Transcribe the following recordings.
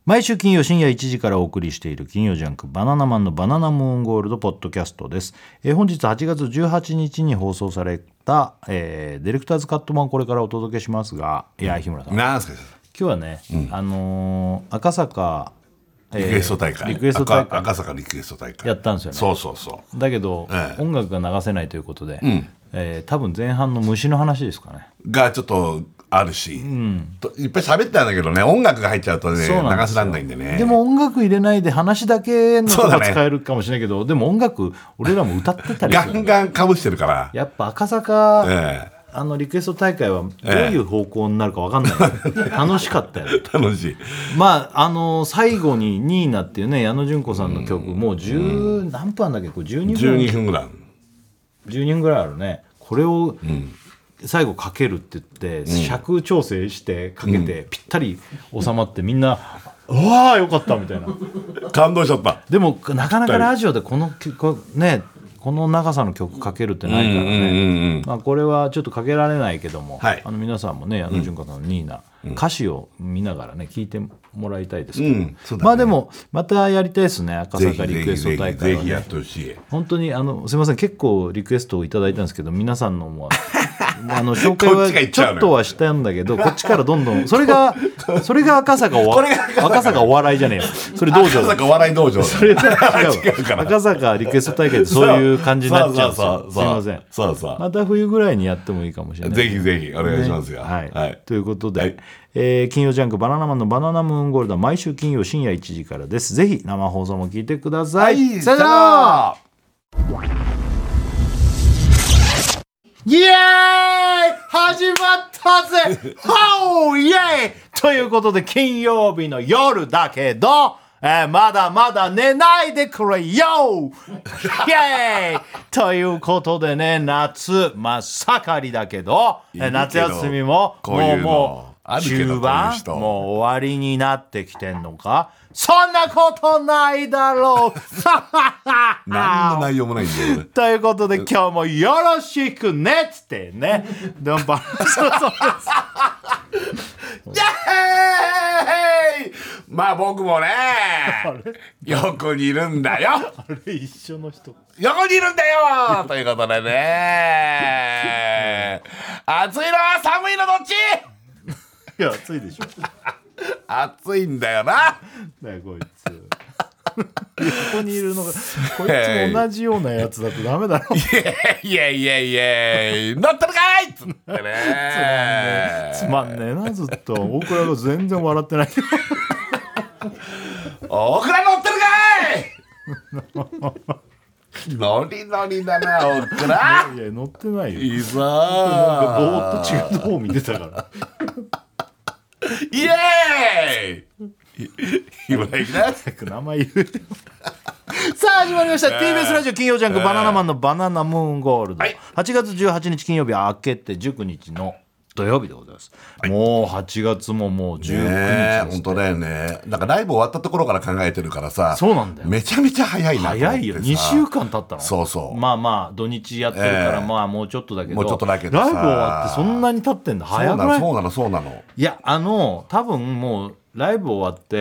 毎週金曜深夜1時からお送りしている金曜ジャンクバナナマンのバナナムーンゴールドポッドキャストです。本日8月18日に放送された、ディレクターズカット版をこれからお届けしますが、いや日村さん、 なんすか今日はね、赤坂、 リクエスト大会、赤坂リクエスト大会やったんですよね。 そうだけど、音楽が流せないということで、多分前半の虫の話ですかねがちょっとあるし、いっぱい喋ってたんだけどね、音楽が入っちゃうとね流せらんないんでね。 でも音楽入れないで話だけのとこ使えるかもしれないけど、でも音楽俺らも歌ってたりする、 ガンガンかぶしてるから、 やっぱ赤坂、リクエスト大会はどういう方向になるか分かんない、楽しかったよ楽しい。 まあ最後にニーナっていうね、矢野純子さんの曲、もう10何分あんだっけ、これ12分ぐらいあるね。これを最後かけるって言って、尺調整してかけて、ぴったり収まって、みんなうわーよかったみたいな感動しちゃった。 でもなかなかラジオでこの長さの曲かけるってないからね、これはちょっとかけられないけども、皆さんもね、矢野純子さんのニーナ、歌詞を見ながらね聞いてもらいたいですけど、でもまたやりたいですね、赤坂リクエスト大会はね。ぜひやってほしい。本当にすいません、結構リクエストをいただいたんですけど、皆さんのも紹介はちょっとはしたんだけど、こっちからどんどんそれが赤坂お笑いじゃねえよ、それ道場、赤坂お笑い道場、それは違うから、赤坂リクエスト大会ってそういう感じになっちゃうんですよ。すいません。また冬ぐらいにやってもいいかもしれない。 ぜひぜひお願いしますよ。 ということで、金曜ジャンクバナナマンのバナナムーンゴールドは毎週金曜深夜1時からです。ぜひ生放送も聞いてください。さよなら。イエーイ、始まったぜホーイエーイということで、金曜日の夜だけど、まだまだ寝ないでくれよイエーイということでね、夏真っ盛りだけど、夏休みももう中盤、もう終わりになってきてんのか。そんなことないだろう何の内容もないんだよということで、今日もよろしくねっつってねそうですイエーイ。まあ僕もね横にいるんだよ。 あれ一緒の人横にいるんだよということでね暑いのは寒いのどっち。 いや暑いでしょ暑いんだよな。 ねこいつ横にいるのがこいつも同じようなやつだとダメだろ。 いや乗ってるかいっつってねつまんねえな、ずっと大倉が全然笑ってない大倉乗ってるかいノリノリだな大倉。 いや乗ってないよ。 いいぞー。 なんかぼーっと違うとこ見てたからイエーイ今だけだ名前言うてさあ始まりました、TBS ラジオ金曜ジャンクバナナマンのバナナムーンゴールド、8月18日金曜日明けて19日の土曜日でございます、もう8月ももう19日ですね。 本当だよね。なんかライブ終わったところから考えてるからさ、 そうなんだよ、 めちゃめちゃ早いなと思ってさ。 早いよ、2週間経ったの。 そうまあ土日やってるから、まあもうちょっとだけど、 もうちょっとだけどライブ終わってそんなに経ってんだ。早くない？ そうなの。 いや多分もうライブ終わって、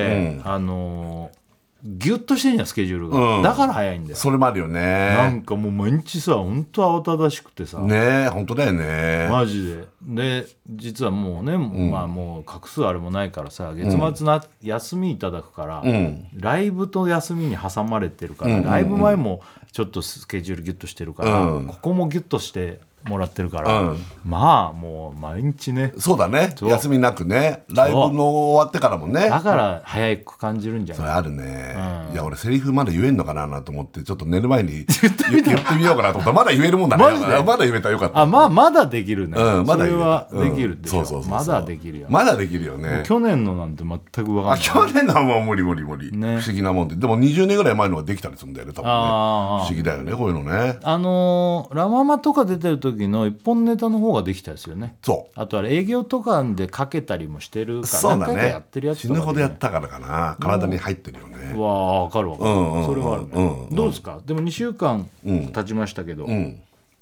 ギュッとしてんじゃんスケジュールが、だから早いんだよ。 それもあるよね。 なんかもう毎日さ、本当慌ただしくてさね、本当だよねマジで。実はもうね、まあもう隠すあれもないからさ、月末の休みいただくから、ライブと休みに挟まれてるから、ライブ前もちょっとスケジュールギュッとしてるから、ここもギュッとしてもらってるから、まあもう毎日ね。 そうだね、休みなくね、ライブの終わってからもね。 だから早く感じるんじゃない。 それあるね、いや俺セリフまだ言えんのかなと思って、ちょっと寝る前に言ってみようかなと思ったら、まだ言えるもんだね。まだ言えたらよかった。 まだできるね、 まだそれはできるでしょ。 そうまだできるよ、 まだできるよね。 去年のなんて全く分かんない。 去年のはもう無理、不思議なもんで。でも20年ぐらい前のができたりするんだよね、多分ね。不思議だよね、こういうのね。 ラママとか出てる時の一本ネタの方ができたですよね。あとは営業とかでかけたりもしてるから、 そうだね、 やってるやつとか、 死ぬほどやったからかな、体に入ってるよね。 わかる、それはあるね。どうですか。でも2週間経ちましたけど、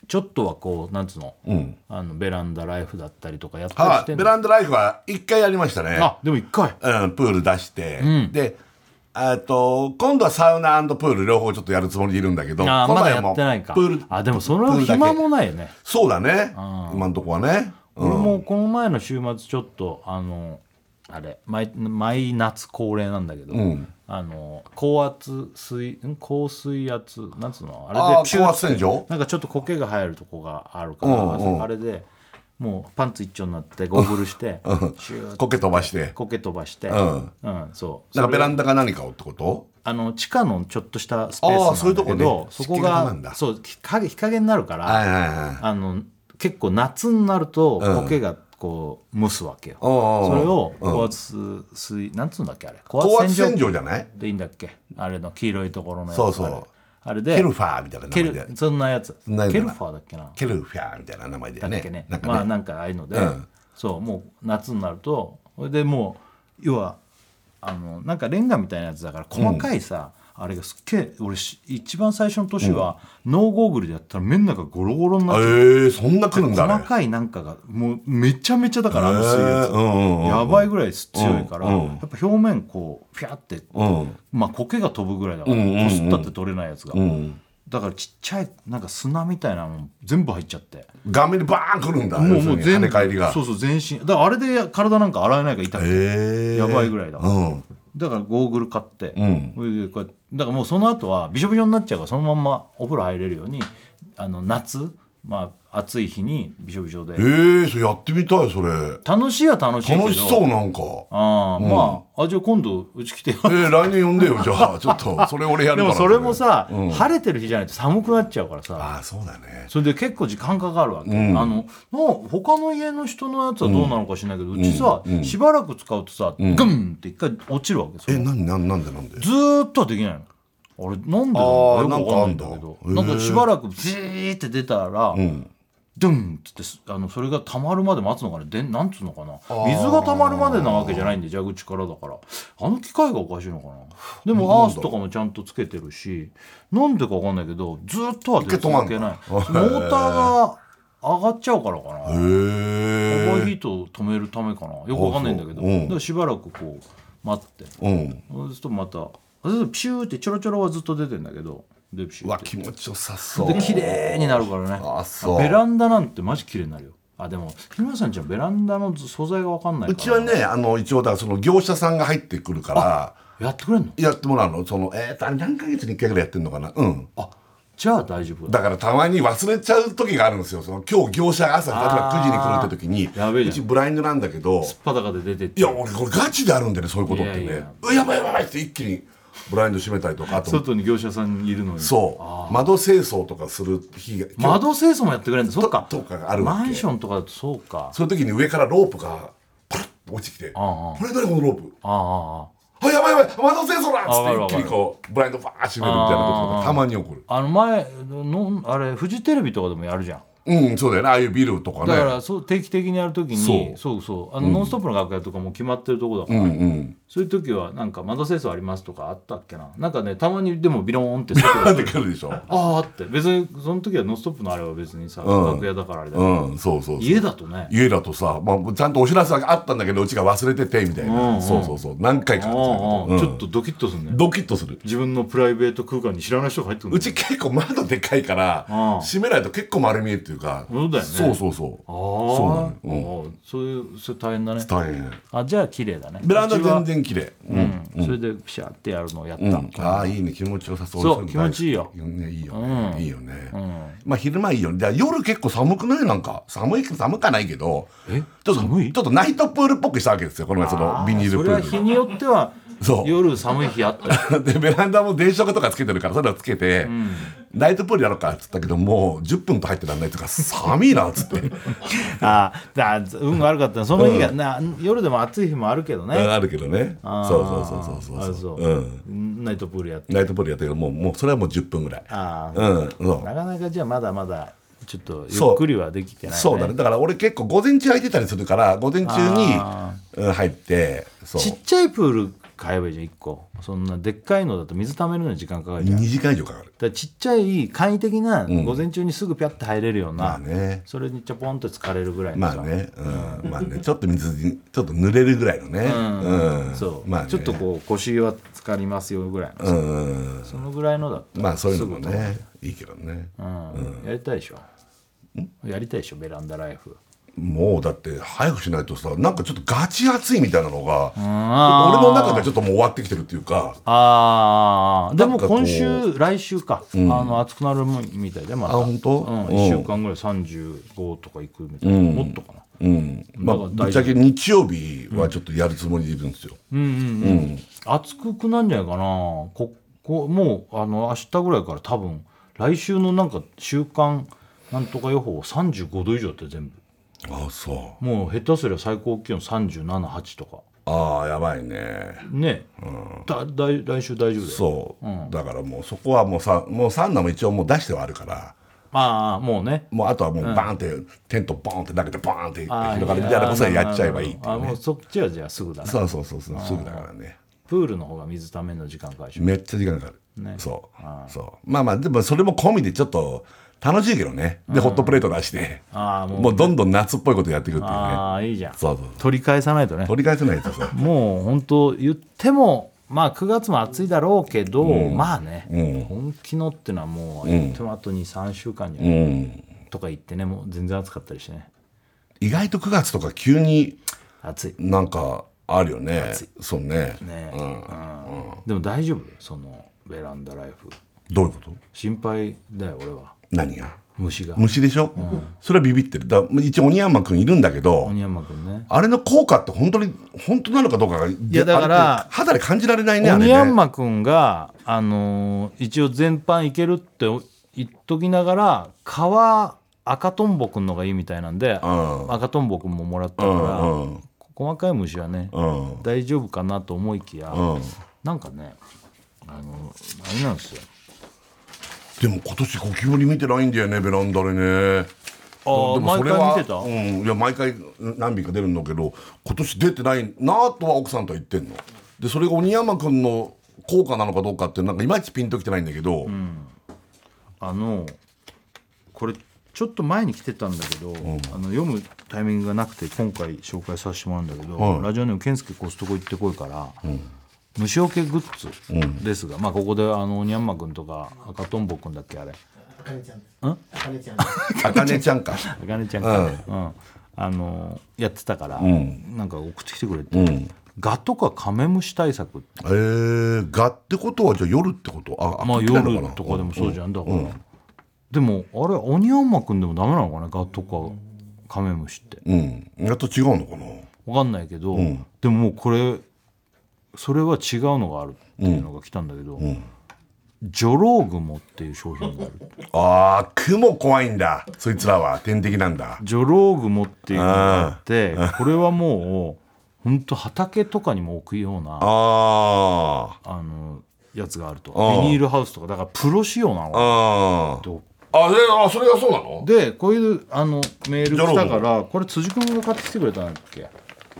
ちょっとはこうなんつうの、ベランダライフだったりとかやったりしてんの？ ベランダライフは1回やりましたね。 でも1回、 プール出して、で今度はサウナ&プール両方ちょっとやるつもりでいるんだけど、 まだやってないか。 プールでもそれは暇もないよね。 そうだね、今のとこはね。 俺もこの前の週末ちょっとあれ毎夏恒例なんだけど、高水圧なんつうの、あれで高圧洗浄、 なんかちょっと苔が生えるとこがあるから、あれでもうパンツ一丁になってゴーグルして苔飛ばしてそうなんかベランダか何かをってこと？ 地下のちょっとしたスペースなんだけど、そこがそう日陰になるから、結構夏になると苔がこう蒸すわけよ。それを高圧水なんつうんだっけ、あれ高圧洗浄じゃないでいいんだっけ、あれの黄色いところのやつ。 そうあれでケルファーみたいな名前で、 そんなやつケルファーだっけな、 ケルファーみたいな名前でね。 まあなんかああいうので、そうもう夏になるとそれでもう要はなんかレンガみたいなやつだから細かいさ、あれがすっげえ、俺一番最初の年はノーゴーグルでやったら目の中ゴロゴロになって、 そんなくるんだね。 細かいなんかがもうめちゃめちゃだから水やつ、やばいぐらい強いから、やっぱ表面こうフィャって、まあ苔が飛ぶぐらいだから、こすったって取れないやつが、だからちっちゃいなんか砂みたいなの全部入っちゃって、 顔面にバーンくるんだ。 もう全部跳ね返りが。 そう全身だから、あれで体なんか洗えないから痛くて、やばいぐらいだから、だからゴーグル買って、それでこうやってだからもうその後はびしょびしょになっちゃうから、そのまんまお風呂入れるように夏、まあ暑い日にびしょびしょで。 それやってみたい。それ楽しいは楽しいけど、 楽しそうなんか。 まあじゃあ今度うち来て来年呼んでよじゃあちょっとそれ俺やるから。 でもそれもさ、晴れてる日じゃないと寒くなっちゃうからさ。 そうだね。 それで結構時間かかるわけ、他の家の人のやつはどうなのか知らないけど、うちさ、しばらく使うとさ、グンって一回落ちるわけ。 なんでずーっとはできないの。あれなんでだろう、よくわかんないんだけど、なんかしばらくジーって出たら、ドゥンってそれが溜まるまで待つのかね。なんつうのかな、水が溜まるまでなわけじゃないんで、蛇口からだから、機械がおかしいのかな。でもアースとかもちゃんとつけてるし、なんでかわかんないけどずっとは出続けない。モーターが上がっちゃうからかな。オーバーヒートを止めるためかな、よくわかんないんだけど、だからしばらくこう待って、そうするとまたピシューってちょろちょろはずっと出てんだけど、でピシューって気持ちよさそうで綺麗になるからね。ベランダなんてマジ綺麗になるよ。でも日村さんちはベランダの素材が分かんないから。 うちはね一応だからその業者さんが入ってくるからやってくれんの？やってもらうの。何ヶ月に1回ぐらいやってんのかな。 じゃあ大丈夫だからたまに忘れちゃう時があるんですよ。今日業者が朝例えば9時に来るって時に、うちブラインドなんだけど、 すっぱだかで出てって、 俺これガチであるんでね、そういうことってね。やばいって一気にブラインド閉めたりとか、 外に業者さんいるのに、 窓清掃とかする日が、 窓清掃もやってくれるんだ。そっか、 とかがあるわけ。 マンションとかだとそうか。 そういう時に上からロープがパラッと落ちてきて、これ何このロープ、やばい窓清掃だっつって一気にこうブラインドバーッ閉めるみたいなことがたまに起こる。 前のあれフジテレビとかでもやるじゃん。 そうだよね、ああいうビルとかね。 だから定期的にやるときにそうノンストップの楽屋とかも決まってるとこだから、そういう時はなんか窓清掃ありますとかあったっけな。なんかね、たまにでもビローンって外で来るでしょ。 って別にその時はノンストップのあれは別にさ、楽屋だからあれだけど、家だとね、 家だとさ、ちゃんとお知らせがあったんだけどうちが忘れててみたいな、何回かちょっとドキッとするね。 ドキッとする。 自分のプライベート空間に知らない人が入ってくる。 うち結構窓でかいから閉めないと結構丸見えっていうか。 そうだよね。そういう大変だね。 大変。 じゃあ綺麗だね。 ベランダ全然綺麗。 それでピシャってやるのをやった。 いいね、気持ちよさそう。 そう気持ちいいよ。 いいよね、いいよね。昼間いいよね。じゃあ夜結構寒くない？なんか寒かないけど、ちょっとナイトプールっぽくしたわけですよ、この前そのビニールプール。 それは日によっては夜寒い日あったよ。 でベランダも電飾とかつけてるから、それをつけてナイトプールやろうかっつったけど、もう10分と入ってらんないとか寒いなっつって。 運が悪かった。その日が夜でも暑い日もあるけどね。 あるけどね。そうナイトプールやってるけど、もうそれはもう10分ぐらい。 なかなかじゃあまだまだちょっとゆっくりはできてないね。 そうだね。だから俺結構午前中空いてたりするから、午前中に入って。 ちっちゃいプール買えばいいじゃん1個。そんなでっかいのだと水溜めるのに時間かかるじゃん。 2時間以上かかる。 だからちっちゃい簡易的な午前中にすぐピャッと入れるような、 まあね、 それにちょぽんと疲れるぐらいのまあね、まあね、ちょっと水にちょっと濡れるぐらいのね、 そう、 まあね、 ちょっとこう腰は浸かりますよぐらいの、そのぐらいのだったらまあそういうのもねいいけどね、 やりたいでしょ。やりたいでしょベランダライフ。 もうだって早くしないとさ、なんかちょっとガチ暑いみたいなのが俺の中ではちょっともう終わってきてるっていうか。 でも今週来週か、暑くなるみたいでまた。 本当 1週間ぐらい35とかいくみたいな、もっとかな。 まあぶっちゃけ日曜日はちょっとやるつもりでいるんですよ。 暑くなんじゃないかな。もう明日ぐらいから多分来週のなんか週間なんとか予報35度以上って全部。 そうもう下手すりゃ最高気温37、8とか。 やばいね。 ね、来週大丈夫だよ。 そう、だからもうそこはもうサウナも一応もう出してはあるから、 もうね、 もうあとはもうバーンってテントボーンって投げてバーンって広がるみたいなことはやっちゃえばいいっていうね。 もうそっちはじゃあすぐだね。 そうすぐだからね。 プールの方が水ための時間かかるしめっちゃ時間かかる、ね、そうまあでもそれも込みでちょっと楽しいけどね。でホットプレート出してもうどんどん夏っぽいことやっていくっていうね。 いいじゃん。 そう取り返さないとね。 取り返さないとさもう本当言っても9月も暑いだろうけど、まあね、本気のってのはもう言ってもあと 2,3 週間にとか言ってね、もう全然暑かったりしてね。 意外と9月とか急に暑いなんかあるよね。そうね。 でも大丈夫そのベランダライフ。 どういうこと？ 心配だよ俺は。 何が？ 虫でしょ、それはビビってる。一応鬼山くんいるんだけど、 鬼山くんね、 あれの効果って本当なのかどうかが、いやだから肌で感じられないね。 鬼山くんが一応全般いけるって言っときながら赤とんぼくんのがいいみたいなんで、赤とんぼくんももらったから、細かい虫はね、大丈夫かなと思いきや、なんかねあれなんですよ。 でも今年ゴキブリ見てないんだよねベランダでね。でも毎回見てた？ いや毎回何匹か出るんだけど今年出てないなとは奥さんとは言ってんので、それが鬼山くんの効果なのかどうかってなんかいまいちピンときてないんだけど、 これちょっと前に来てたんだけど、読むタイミングがなくて今回紹介させてもらうんだけど、ラジオネーム健介コストコ行ってこいから、虫除けグッズですが、ここで鬼山くんとか赤とんぼくんだっけあれ、 あかねちゃんかやってたから、なんか送ってきてくれて、ガとかカメムシ対策。 ガってことはじゃあ夜ってこと？ 夜とかでもそうじゃん。だから、でもあれ鬼山くんでもダメなのかなガとかカメムシって。 やっと違うのかな分かんないけど、でももうそれは違うのがあるっていうのが来たんだけど、ジョロウグモっていう商品がある。 雲怖いんだそいつらは。天敵なんだ。 ジョロウグモっていうのがあって、これはもう本当畑とかにも置くようなやつがあると。ビニールハウスとかだからプロ仕様なの。 それがそうなの？ でこういうメール来たから、これ辻君が買ってきてくれたんだっけ？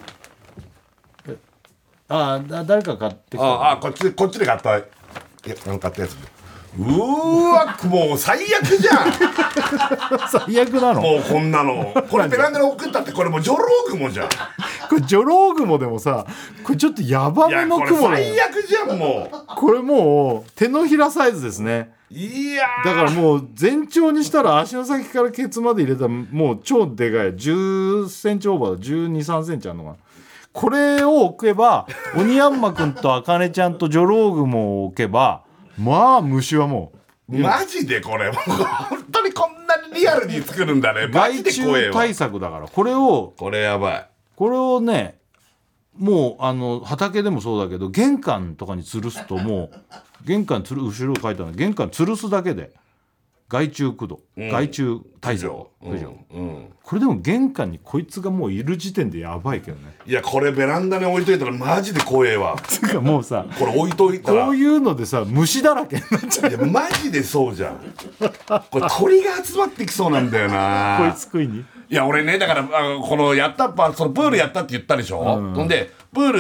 誰か買ってきた。 こっちで買ったやつ。もう最悪じゃん。 最悪なの？ もうこんなのこれベランダに送ったってこれもうジョロウグモじゃん。 これジョロウグモでもさ、これちょっとヤバめの雲だよ。 最悪じゃんもう。 これもう手のひらサイズですね。だからもう全長にしたら足の先からケツまで入れたらもう超でかい10センチオーバー12、3センチあるのかな。これを置けば鬼山くんとあかねちゃんとジョロウグモを置けば虫はもうマジでこれ本当にこんなにリアルに作るんだね。マジで怖えわ。 害虫対策だからこれやばい。 これをねもう畑でもそうだけど玄関とかに吊るすともう後ろ書いてあるの玄関吊るすだけで害虫駆除、害虫対策駆除、これでも玄関にこいつがもういる時点でやばいけどね。 いやこれベランダに置いといたらマジで怖えわ。 つうかもうさこれ置いといたらこういうのでさ虫だらけになっちゃう。 いやマジでそうじゃん。これ鳥が集まってきそうなんだよな。 こいつ食いに。 いや俺ねだからこのそのプールやったって言ったでしょ、ほんでプール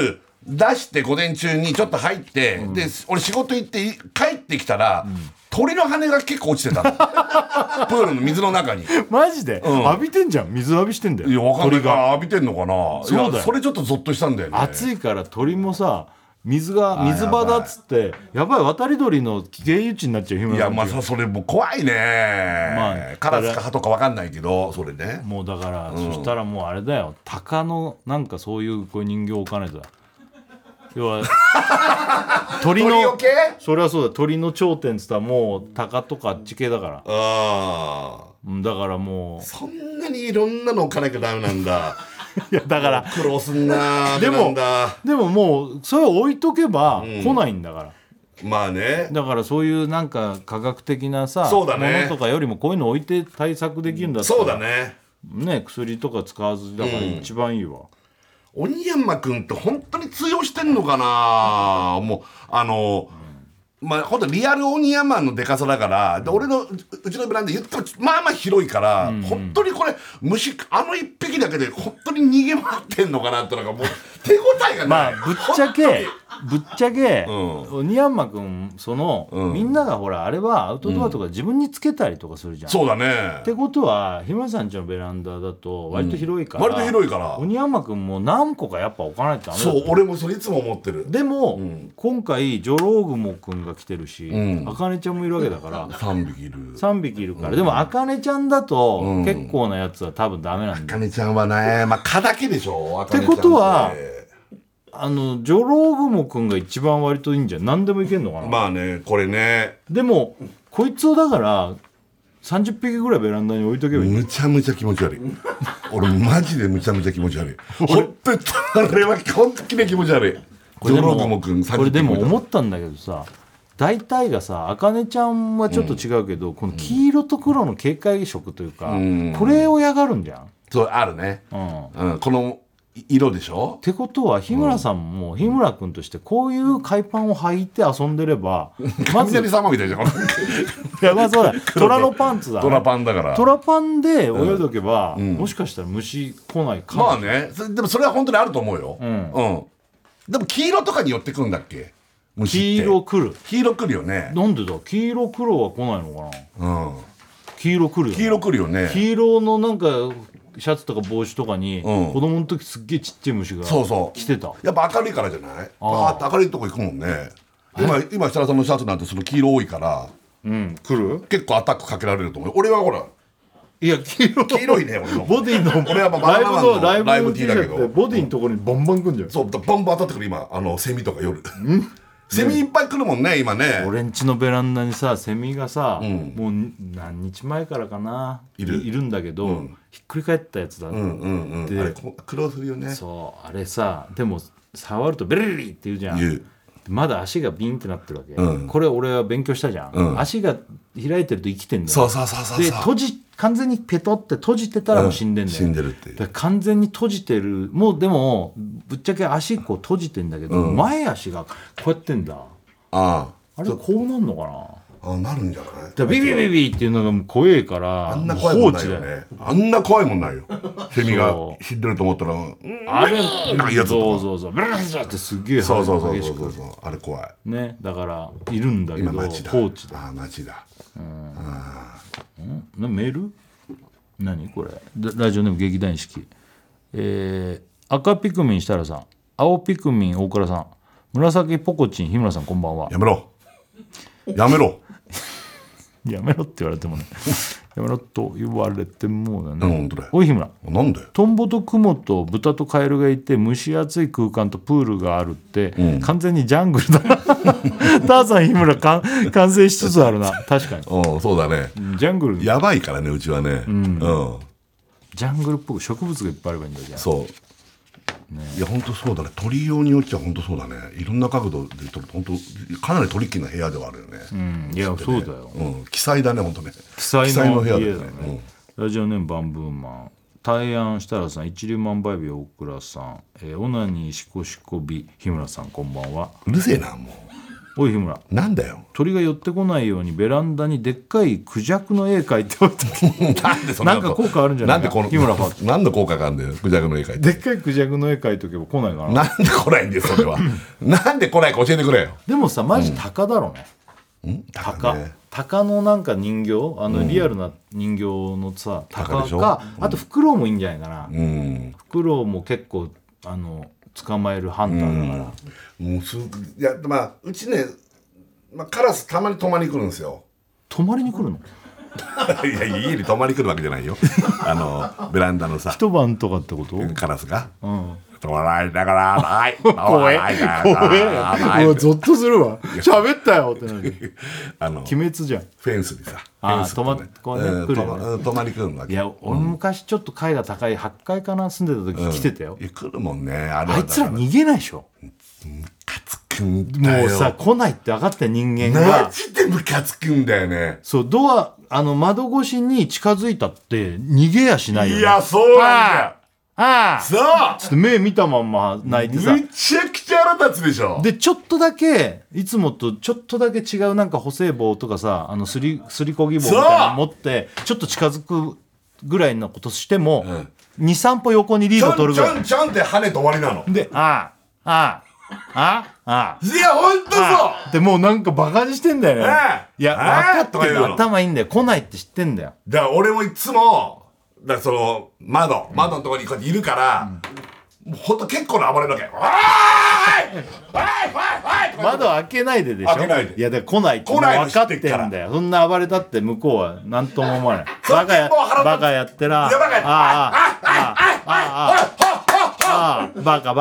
出して午前中にちょっと入って、で俺仕事行って帰ってきたら、鳥の羽が結構落ちてたのプールの水の中に。 マジで、浴びてんじゃん。水浴びしてんだよ。 いやわかんないから浴びてんのかな。そうだよ。それちょっとゾッとしたんだよね。 暑いから鳥もさ、水場だっつってやばい、渡り鳥の経由地になっちゃう。 いやまあそれも怖いね、カラスかハトか分かんないけど、それねもうだから、そしたらもうあれだよ、鷹のなんかそういうこう人形置かないとだ。要は鳥の鳥系、 それはそうだ、鳥の頂点っつったらもう鷹とかあっち系だから。だからもうそんなにいろんなの置かなきゃダメなんだいやだから苦労すんな。でももうそれを置いとけば来ないんだから、 まあね。 だからそういうなんか科学的なさ、 そうだね、 ものとかよりもこういうの置いて対策できるんだったら、 そうだね、 薬とか使わずだから一番いいわ。 鬼山くんって本当に通用してんのかな。もうまあ本当リアル鬼山のでかさだから、で俺のうちのブランド言ってもまあまあ広いから、本当にこれ虫一匹だけで本当に逃げ回ってんのかなってのがもう手応えがない。 まあぶっちゃけ、鬼山くんみんながほらあれはアウトドアとか自分につけたりとかするじゃん。 そうだね。 ってことは日村さんちのベランダだと割と広いから、 割と広いから鬼山くんも何個かやっぱ置かないとダメだ。 そう、俺もそれいつも思ってる。 でも、今回ジョロウグモくんが来てるし、あかねちゃんもいるわけだから3匹いるから、でもあかねちゃんだと、結構なやつは多分ダメなんだよ。 あかねちゃんはね、まあ蚊だけでしょ。 ってことはジョロウグモくんが一番割といいんじゃん。何でもいけんのかな。 まあね、これね。 でもこいつをだから30匹ぐらいベランダに置いとけばいい。 むちゃむちゃ気持ち悪い俺マジでむちゃむちゃ気持ち悪いほんとにあれは本気で気持ち悪い。ジョロウグモくんこれでも思ったんだけどさ、大体がさ、あかねちゃんはちょっと違うけど、この黄色と黒の警戒色というか、これを嫌がるんじゃん。 そうあるね、この色でしょ。 ってことは日村さんも日村君としてこういう海パンを履いて遊んでれば完全に様みたいじゃん。いやまあそうだ、トラのパンツだ、ね、 トラパンだからトラパンで泳いどけば、もしかしたら虫来ないかも。 まあね、でもそれは本当にあると思うよ。でも黄色とかに寄ってくるんだっけ。 黄色来る。 黄色来るよね。 なんでだ。黄色黒は来ないのかな。黄色来るよね。 黄色来るよね。 黄色のなんかシャツとか帽子とかに、子供の時すっげえちっちゃい虫が来てた。 やっぱ明るいからじゃない。バーって明るいとこ行くもんね。今設楽さんのシャツなんてその黄色多いから、 来る。 結構アタックかけられると思う。俺はほら、 いや黄色いね。俺のボディの俺はライブ T だけど、 ボディのところにバンバン来んじゃん。 そう、バンバン当たってくる今セミとか夜。セミいっぱい来るもんね今ね。 俺んちのベランダにさセミがさ、もう何日前からかないるんだけど、ひっくり返ったやつだって、 あれ苦労するよね。 そうあれさ、でも触るとベリリリって言うじゃん。まだ足がビンってなってるわけ、これ俺は勉強したじゃん、足が開いてると生きてんだよ。そうで完全にペトって閉じてたらもう死んでんだよ、 死んでるっていう。 完全に閉じてる。もうでもぶっちゃけ足こう閉じてんだけど、前足がこうやってんだ。あれこうなんのかな。 なるんじゃない。 ビビビビっていうのがもう怖えから、 あんな怖いもんないよね。あんな怖いもんないよ。セミが死んでると思ったらあれそうブルーってすげえそうあれ怖いね。だからいるんだけど放置だ。 街だ。 メール何これ。ラジオネーム劇団四季、赤ピクミン設楽さん、青ピクミン大倉さん、紫ポコチン日村さん、こんばんは。 やめろやめろやめろって言われてもねやめろと言われてもだね。 本当だよ。 おい日村、 なんでトンボとクモと豚とカエルがいて蒸し暑い空間とプールがあるって、完全にジャングルだターザン日村完成しつつあるな。確かにそうだね。 ジャングルやばいからねうちはね。 ジャングルっぽく植物がいっぱいあればいいんだじゃん。 そういや本当そうだね。鳥用によっちゃ本当そうだね。いろんな角度で撮ると本当かなりトリッキーな部屋ではあるよね。 いやそうだよ。 奇才だね本当ね。 奇才の部屋だね。ラジオネームバンブーマン、大安設楽さん、一粒万倍日大倉さん、オナニーシコシコビ日村さん、こんばんは。 うるせえなもうおい日村、 なんだよ。 鳥が寄ってこないようにベランダにでっかいクジャクの絵描いておいたなんでそんななんか効果あるんじゃないか。日村は何の効果があるんだよ、クジャクの絵描いて。 でっかいクジャクの絵描いとけば来ないかな。 なんで来ないんだよそれはなんで来ないか教えてくれよ。 でもさマジ鷹だろうね、鷹のなんか人形リアルな人形のさ鷹か、あとフクロウもいいんじゃないかな、フクロウも結構捕まえるハンターだから、 もういやまあうちね、カラスたまに泊まりに来るんですよ。 泊まりに来るのいや家に泊まりに来るわけじゃないよベランダのさ一晩とかってこと？ カラスが、 怖笑いながらない怖えもうゾッとするわ喋ったよってなる鬼滅じゃん。 フェンスにさ泊まり来るわけ。 いや俺昔ちょっと階が高い8階かな住んでた時来てたよ。 来るもんね。あいつら逃げないでしょ。 ムカつくんだよ。 もうさ来ないって分かった人間がマジでムカつくんだよね。 そう窓越しに近づいたって逃げやしないよね。 いやそうなんだよ。そうちょっと目見たまんま泣いてさ、 めちゃくちゃ腹立つでしょ。 でちょっとだけいつもとちょっとだけ違うなんか補正棒とかさすりこぎ棒みたいなの持ってちょっと近づくぐらいのことしても、2,3 歩横にリード取るぐらいちゃんって跳ねて終わりなのでいやほんとそうでもうなんかバカにしてんだよね。いや分かってる、頭いいんだよ、来ないって知ってんだよ。 だから俺もいつもその窓のところにこうやっているから、もうほんと結構な暴れるわけ。 窓開けないででしょ。 開けないで。 いやだから来ないって分かってんだよ。そんな暴れたって向こうは何とも思わない。バカやってらバカ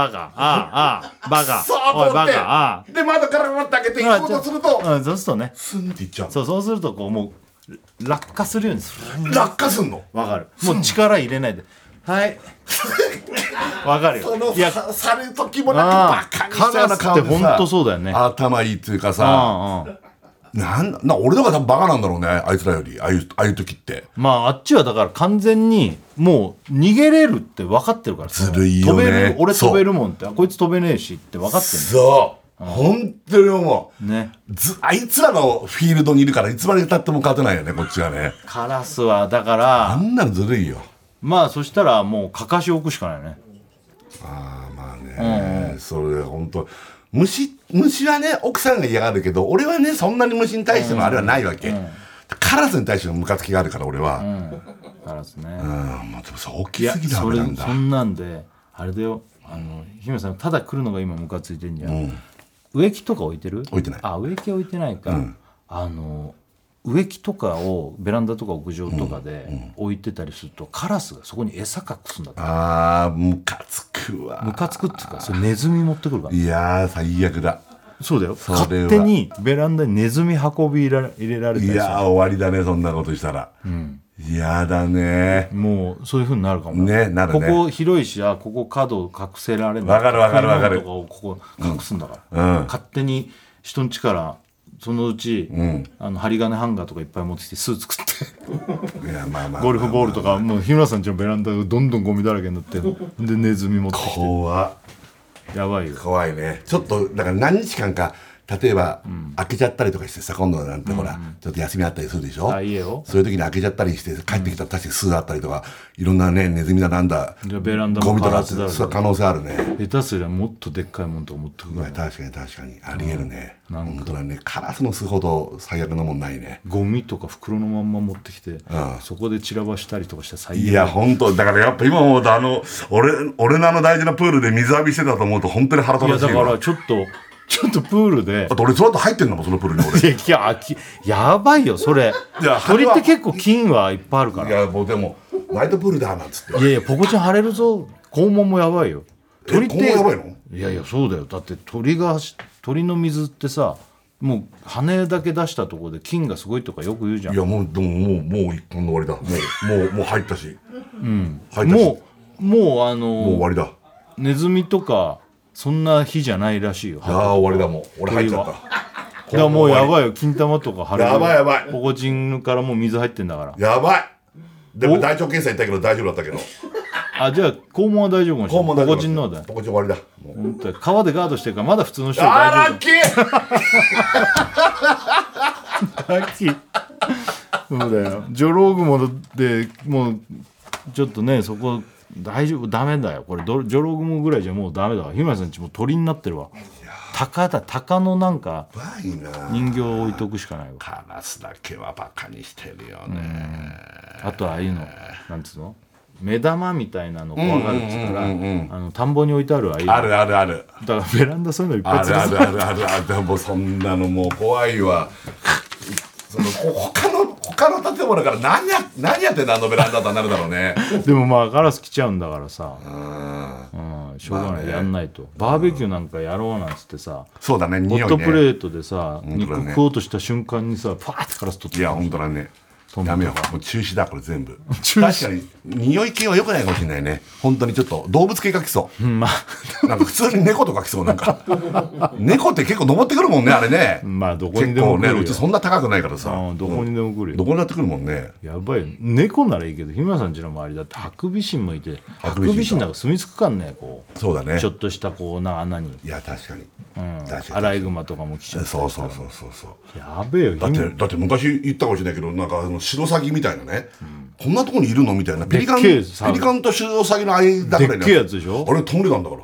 おいバカで窓からって開けて行こうとするとそうするとねスンっていっちゃう。 そうするとこうもう落下するようにする。 落下すんの分かる。もう力入れないではい分かるよ。 いやされる時もなんかバカにしちゃうな顔でさ、 本当そうだよね。 頭いいっていうかさ、俺の方が多分バカなんだろうね、あいつらより。ああいう時ってあっちはだから完全にもう逃げれるって分かってるから。 ずるいよね。 俺飛べるもんってこいつ飛べねえしって分かってる。 そう本当に思うね。 あいつらのフィールドにいるからいつまでたっても勝てないよねこっちはね。 カラスはだからあんなのずるいよ。 そしたらもうかかし置くしかないね。 まあね、それ本当虫はね奥さんが嫌がるけど俺はねそんなに虫に対してのあれはないわけ、カラスに対してのムカつきがあるから俺は、 カラスね。 もうでもさ大きすぎだめなんだ。 そんなんであれだよ、日村さんただ来るのが今ムカついてんじゃん、植木とか置いてる？ 置いてない。 植木置いてないか、植木とかをベランダとか屋上とかで置いてたりすると、カラスがそこに餌隠すんだって。 ムカつくわ。 ムカつくっていうかそれネズミ持ってくるから。 いやー最悪だ。 そうだよ。勝手にベランダにネズミ運び入れられたりする。 いやー終わりだねそんなことしたら。やだね。 もうそういう風になるかもね。なるね。 ここ広いしここ角隠せられない。 わかる。 ここ隠すんだから、勝手に人ん家からそのうち、針金ハンガーとかいっぱい持ってきてスーツ作ってゴルフボールとかもう日村さん家のベランダがどんどんゴミだらけになってでネズミ持ってきて怖っ。 やばいよ。 怖いね。ちょっとだから何日間か例えば、開けちゃったりとかしてさ今度なんてほら、ちょっと休みあったりするでしょ。 家をそういう時に開けちゃったりして帰ってきたら確かに巣あったりとかいろんなねネズミだなんだベランダもゴミとかってそう可能性あるね。 下手すりゃもっとでっかいもんと思ってくる。 確かにありえるね。本当だね。カラスの巣ほど最悪なもんないね。 ゴミとか袋のまんま持ってきて、そこで散らばしたりとかして最悪。 いや本当だからやっぱ今思うと俺の大事なプールで水浴びしてたと思うと本当に腹立たしいわ。 いやだからちょっとプールで俺その後入ってんのもそのプールに俺。 いややばいよそれ。鳥って結構菌はいっぱいあるから。 いやもうでもナイトプールだなんつって。 いやポコチン腫れるぞ。肛門もやばいよ。 鳥ってやばいの？ いやそうだよ。だって鳥の水ってさもう羽だけ出したところで菌がすごいとかよく言うじゃん。いやもうでももう一本の終わりだ。もう入ったし。入ったし。 もう終わりだ。 ネズミとかそんな日じゃないらしいよ。 終わりだもう。俺入っちゃった。 いやもうやばいよ。金玉とか腫れる。 やばい。 ポコチンからもう水入ってんだから。 やばい。でも大腸検査行ったけど大丈夫だったけど。 あ、じゃあ肛門は大丈夫かもしれない。ポコチンのだ。 ポコチン終わりだ。 本当に川でガードしてるからまだ普通の人は大丈夫。 ラッキーラッキー。そうだよ。ジョロウグモでもうちょっとねそこ大丈夫ダメだよ。これジョロウグモぐらいじゃもうダメだわ。日村さんちもう鳥になってるわ。鷹のなんか人形を置いとくしかないわ。 カラスだけはバカにしてるよね。 あとああいうのなんつうの目玉みたいなの怖がるっつったら田んぼに置いてあるああいうのあるあるある。 だからベランダそういうのいっぱいつるあるあるあるある。もうそんなのもう怖いわ。その他の建物から何やってんのあのベランダとなるだろうね。 でもまあガラス来ちゃうんだからさ、しょうがない、やんないと。バーベキューなんかやろうなんつってさ、 そうだね、匂いね、 ホットプレートでさ、肉食おうとした瞬間にさパーってガラス取って。 いや本当だね。やめよう、もう中止だこれ全部。確かに匂い系は良くないかもしれないね。本当にちょっと動物系が来そう。まあなんか普通に猫とか来そう。なんか猫って結構登ってくるもんねあれね。 まあどこにでも来るよ。結構ね、 うちそんな高くないからさ、 どこにでも来るよ。 どこにだってくるもんね。 やばい。猫ならいいけど日村さん家の周りだってハクビシンもいて、ハクビシンなんか住み着くかんね、こう。 そうだね。 ちょっとしたこうな穴に。 いや確かに。 アライグマとかも来ちゃう。 そうそう。 やべえよ。 だって昔言ったかもしれないけど、なんかシロサギみたいなね、こんなとこにいるのみたいな。ペリカンとシロサギの間ぐらいのでっけえやつでしょ。 あれ飛んでたんだから。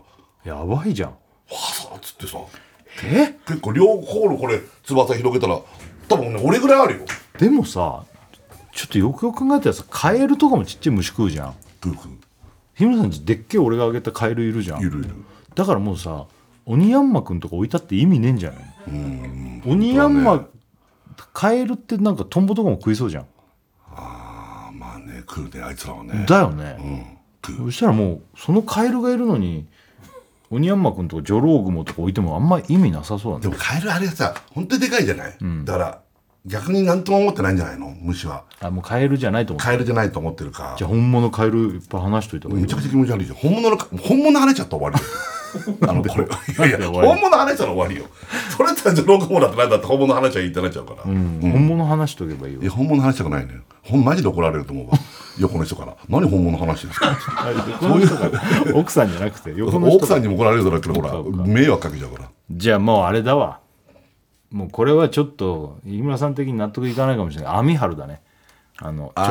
やばいじゃん。 わさっつってさ、結構両方のこれ翼広げたら多分ね俺ぐらいあるよ。 でもさちょっとよくよく考えたらさ、カエルとかもちっちゃい虫食うじゃん。日村さんちでっけえ俺があげたカエルいるじゃん。 いる。 だからもうさオニヤンマくんとか置いたって意味ねえんじゃない。オニヤンマ、カエルってなんかトンボとかも食いそうじゃん。 まあね、食うねあいつらはね。 だよね、そしたらもうそのカエルがいるのにオニヤンマくんとかジョロウグモとか置いてもあんま意味なさそうだね。 でもカエルあれさ本当にでかいじゃない、だから逆に何とも思ってないんじゃないの虫は。 もうカエルじゃないと思って。 カエルじゃないと思ってるか。 じゃあ本物カエルいっぱい話しといた方がいい。 めちゃくちゃ気持ち悪いじゃん。本物話しちゃったら終わりよ。これいや本物話したら終わりよ。それってジョロウグモだってなんだって本物話しちゃいいってなっちゃうから。本物話しとけばいいよ。 いや本物話したくないね。マジで怒られると思うわ。横の人から何本物話してるんですか。 そういう奥さんじゃなくて横の人。 奥さんにも怒られるだろうけどほら迷惑かけちゃうから。 じゃあもうあれだわ。もうこれはちょっと飯村さん的に納得いかないかもしれない。網張るだね。ちょっと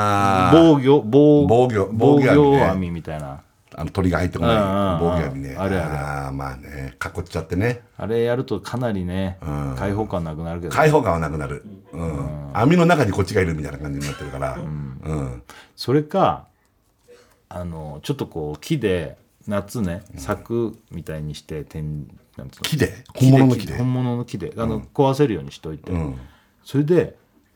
防御網みたいな。 鳥が入ってこない防御網ね。 あれまあね囲っちゃってね。 あれやるとかなりね開放感なくなるけど。 開放感はなくなる。網の中にこっちがいるみたいな感じになってるから。 それかちょっとこう木で夏ね柵みたいにして木で本物の木で壊せるようにしといて、それで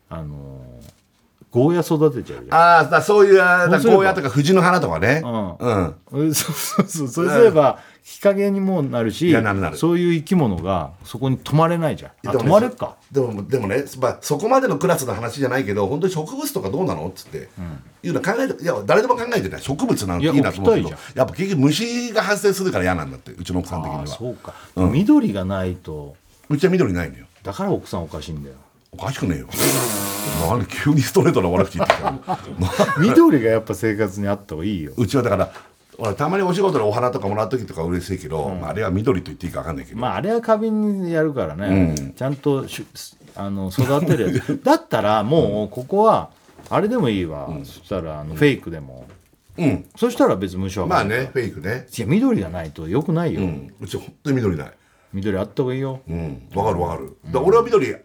ゴーヤ育てちゃうじゃん。 そういうゴーヤとか藤の花とかね。 そうそれすれば日陰にもなるし、そういう生き物がそこに泊まれないじゃん。泊まれるか。 でもね、そこまでのクラスの話じゃないけど本当に植物とかどうなのっつっていうの考えて、いや誰でも考えてない。植物なんていいなと思うけどやっぱ結局虫が発生するから嫌なんだって、うちの奥さん的には。 そうか、緑がないと。 うちは緑ないのよ。 だから奥さんおかしいんだよ。 おかしくねえよ。なんで急にストレートな悪口言ってた緑がやっぱ生活にあった方がいいよ。 うちはだからたまにお仕事でお花とかもらう時とか嬉しいけど、あれは緑と言っていいか分かんないけど、 あれは花瓶にやるからね、ちゃんと育てるやつだったらもうここはあれでもいいわ、そしたらフェイクでも、そしたら別に無償まあねフェイクね。 いや緑がないとよくないよ、 うち本当に緑ない。 緑あった方がいいよ。 分かる。俺は緑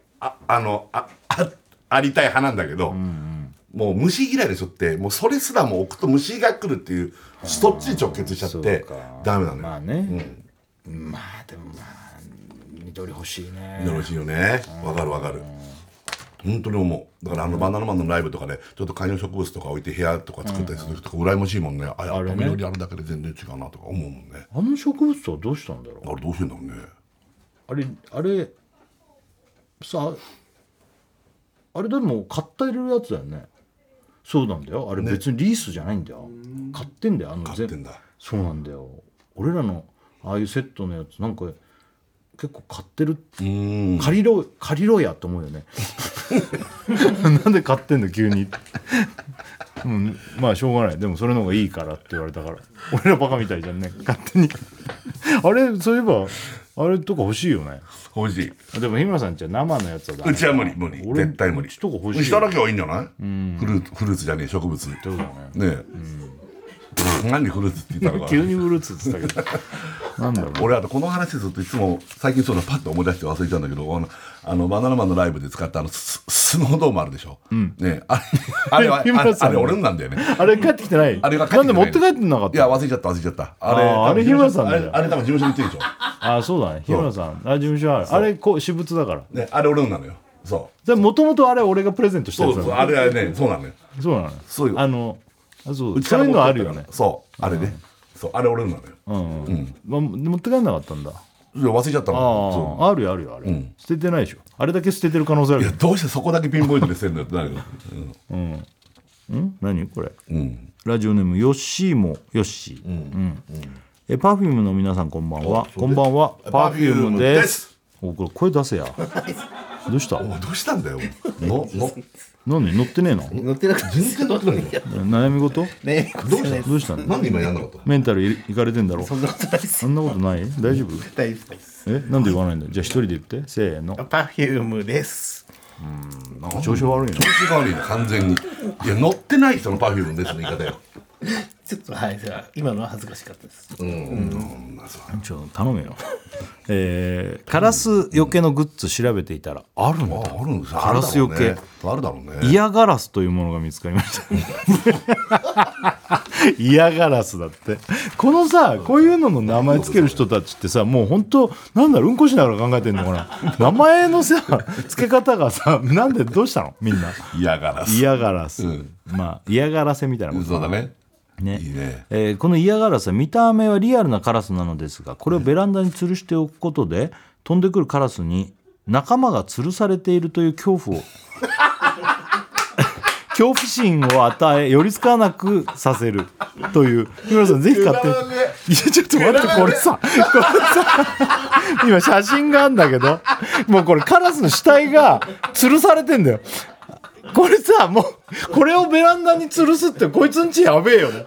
ありたい派なんだけど、もう虫嫌いの人ってもうそれすらも置くと虫が来るっていうそっちに直結しちゃってダメなのよ。 まあね、まあでも緑欲しいね。 緑欲しいよね。わかる本当に思う。だからバナナマンのライブとかでちょっと観葉植物とか置いて部屋とか作ったりする人とか羨ましいもんね。やっぱ緑あるだけで全然違うなとか思うもんね。 あの植物はどうしたんだろう。 あれどうしてんだろうね。 あれさあれでも買って入れるやつだよね。そうなんだよ。あれ別にリースじゃないんだよ。買ってんだよ。 買ってんだ。 そうなんだよ。俺らのああいうセットのやつなんか結構買ってる。借りろやと思うよね。なんで買ってんの急に。 まあしょうがない。でもそれの方がいいからって言われたから、俺らバカみたいじゃんね、勝手にあれ、そういえばあれとか欲しいよね。 欲しい。 でも日村さんちは生のやつはダメ。 うちは無理絶対無理。 とか欲しい。 しただけはいいんじゃない？フルーツじゃねえ、植物。そうだね。ねえ、何フルーツって言ったのか急にフルーツって言ったけどなんだろう。 俺あとこの話するといつも最近そういうのパッと思い出して忘れちゃうんだけど、バナナマンのライブで使ったスノードームあるでしょ、ね、あれ俺のなんだよね。あれ帰ってきてない。あれが帰ってきてない。なんで持って帰ってなかった。いや忘れちゃったあれ日村さんだよ。あれ多分事務所に行ってるでしょ。あ、そうだね、日村さん事務所ある。あれ私物だからね。あれ俺のなのよ。そうもともとあれ俺がプレゼントしたやつだ。そうあれはね、そうなのよ。そうなのよ。そういうのあるよね。そうあれね、そうあれ俺のなのよ。持って帰んなかったんだ。いや忘れちゃったの。あるよあれ、捨ててないでしょ。あれだけ捨ててる可能性ある。いやどうしてそこだけピンポイントで捨てるんだよってなるよ。何これ。ラジオネームヨッシーモヨッシー。パフュームの皆さんこんばんは。こんばんは、パフュームです。これ声出せや。どうした。どうしたんだよ。何乗ってねえの。乗ってなくて全然乗ってない。悩み事。どうしたの。なんで今やんなかった。メンタルいかれてんだろ。そんなことないです。そんなことない。大丈夫。大丈夫です。なんで言わないんだ。じゃあ一人で言って。せーの。パフュームです。なんか調子悪いの。調子が悪いの完全に。いや乗ってない人のパフュームですの言い方よ。ちょっとはい、今のは恥ずかしかったです。ちょっと頼めよ。カラスよけのグッズ調べていたらあるんだ。あるんです。カラスよけあるだろうね。嫌ガラスというものが見つかりました。嫌ガラスだって。このさ、こういうのの名前つける人たちってさ、もう本当なんだろう、うんこしながら考えてんのかな。名前のさ付け方がさ、なんでどうしたのみんな。嫌ガラス。嫌ガラス。まあ嫌がらせみたいなこと。そうだね。ね、いいね。この嫌がらせは見た目はリアルなカラスなのですが、これをベランダに吊るしておくことで飛んでくるカラスに仲間が吊るされているという恐怖心を与え寄りつかなくさせるという。日村さんぜひ買って。いやちょっと待って、これさ今写真があるんだけど、もうこれカラスの死体が吊るされてんだよ。これさ、もうこれをベランダに吊るすってこいつんちやべえよね。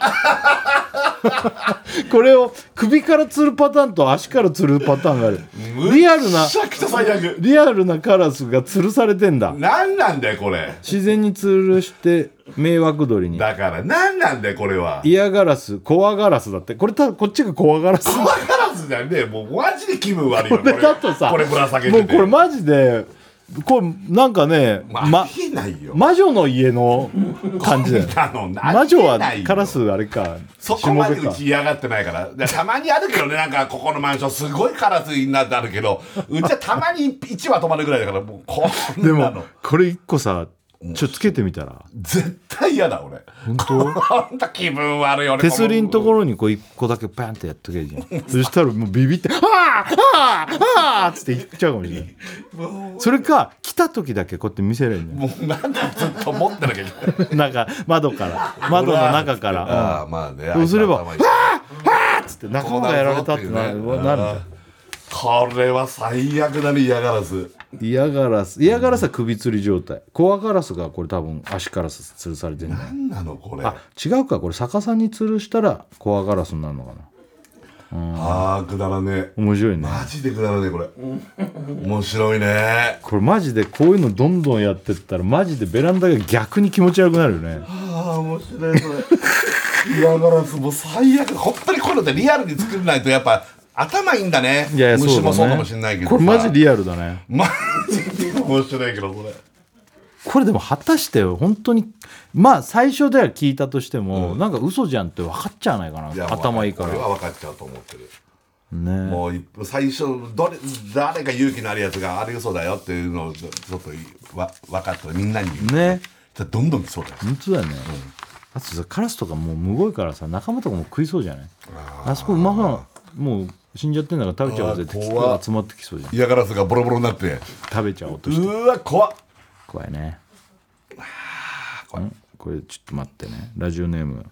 これを首から吊るパターンと足から吊るパターンがある。リアルなカラスが吊るされてんだ。なんなんだよこれ。自然に吊るして迷惑鳥に。だからなんなんだよこれは。嫌ガラス、コアガラスだって。これこっちがコアガラス。コアガラスじゃねえ、もうマジで気分悪いよ。これだとさ、これぶら下げてて、もうこれマジで。これなんかね、魔女の家の感じだよ。魔女はカラスあれか。そこまでうち嫌がってないから。たまにあるけどね、なんかここのマンションすごいカラスになってあるけど、うちはたまに1羽止まるぐらいだから、もうこんなの。でもこれ1個さ、ちょっとつけてみたら絶対嫌だ俺。本当気分悪いよね。手すりのところにこう1個だけパンってやっとけばいいじゃん。そしたらもうビビって「ああっつって言っちゃうかもしれない。それか来た時だけこうやって見せられるんだよ。もうなんでずっと持ってなきゃいけない。なんか窓の中から。ああまあね。そうすれば「ああっつって仲間がやられたってなるんだよ。これは最悪だね。嫌がらす。嫌がらすは首吊り状態。コアガラスがこれ多分足から吊るされてるんだよ。何なのこれ。あ、違うか、これ逆さに吊るしたらコアガラスになるのかな。ああくだらねえ。面白いね。マジでくだらねえこれ。面白いね。これマジでこういうのどんどんやってったらマジでベランダが逆に気持ち悪くなるよね。ああ面白いこれ。嫌がらすもう最悪。本当にこういうのってリアルに作らないとやっぱ頭いいんだね。いや虫もそうかもしれないけど、これマジリアルだね。マジで面白いけどこれでも果たして本当にまあ最初では聞いたとしても、なんか嘘じゃんって分かっちゃわないかな。頭いいから。これは分かっちゃうと思ってる。ね、もう最初誰か勇気のあるやつがあれ嘘だよっていうのをちょっと分かったらみんなに言うね。じゃどんどん来そうだよ。本当だよね。あとさカラスとかもうむごいからさ仲間とかも食いそうじゃない。あそこ馬さんもう死んじゃってんだから食べちゃおうぜって人が集まってきそうじゃん。嫌がらせがボロボロになって食べちゃおうとして。うわ怖っ。怖いね。怖い。これちょっと待ってね。ラジオネーム、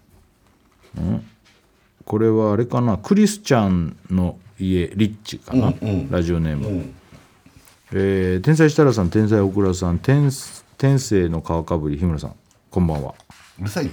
これはあれかな、クリスチャンの家リッチかな、ラジオネーム、天才設楽さん、天才大倉さん、天性の川かぶり日村さん、こんばんは。うるさいんだよ。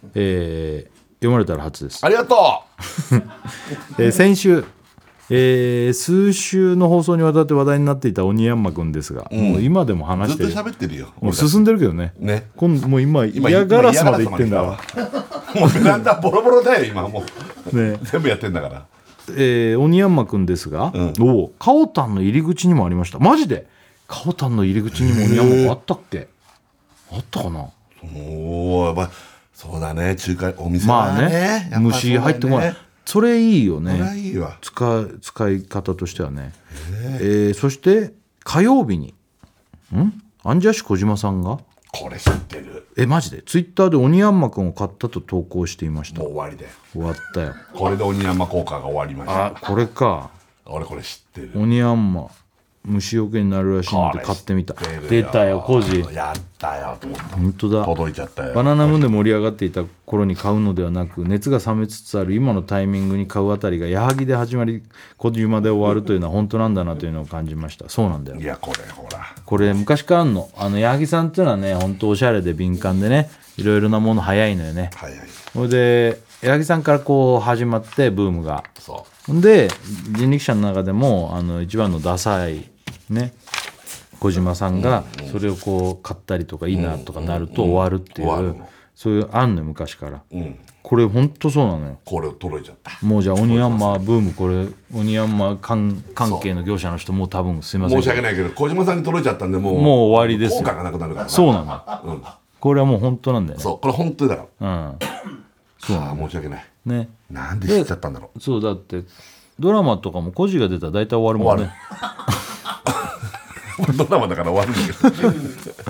読まれたら初です。 ありがとう、先週、数週の放送にわたって話題になっていた鬼ヤンマくんですが、もう今でも話してる、 ずっと喋ってるよ。 もう進んでるけどね。もう今嫌がらすまで行ってんだわ。 もうベランダボロボロだよ今もう、 ね、 全部やってんだから。 鬼ヤンマくんですが、カオタンの入り口にもありました。マジでカオタンの入り口にも鬼ヤンマくんあったっけ？あったかな。 おお、そうだね、中華お店はね、 まあね、虫入ってこない。それいいよね。 それいいわ。 使い方としてはね。そして火曜日にアンジャッシュ小島さんがこれ知ってる。 マジでツイッターで鬼ヤンマくんを買ったと投稿していました。 もう終わりだよ。 終わったよ。 これで鬼ヤンマ効果が終わりました。 あ、これか。 俺これ知ってる。 鬼ヤンマ虫除けになるらしいので買ってみた。出たよ、コジ。 やったよと思った。 本当だ。 届いちゃったよ。 バナナムーンで盛り上がっていた頃に買うのではなく、熱が冷めつつある今のタイミングに買うあたりが矢作で始まり小島で終わるというのは本当なんだなというのを感じました。そうなんだよ。 いやこれほら、 これ昔からあんの。矢作さんっていうのはね、本当おしゃれで敏感でね、いろいろなもの早いのよね。 早い。 それで矢作さんからこう始まってブームが。 そうで人力車の中でも一番のダサいね小島さんがそれをこう買ったりとかいいなとかなると終わるっていう、そういうあんのよ昔から、これほんとそうなのよ。 これ届いちゃった。 もうじゃあ鬼ヤンマブーム、これ鬼ヤンマ関係の業者の人もう多分すいません、 申し訳ないけど小島さんに届いちゃったんでもう終わりですよ。 効果がなくなるから。 そうなの、これはもう本当なんだよね。 そう、これ本当だから。 そうなの。申し訳ないね。 なんで知っちゃったんだろう。 そうだってドラマとかもコジが出たら大体終わるもんね。 ドラマだから終わるんだけど。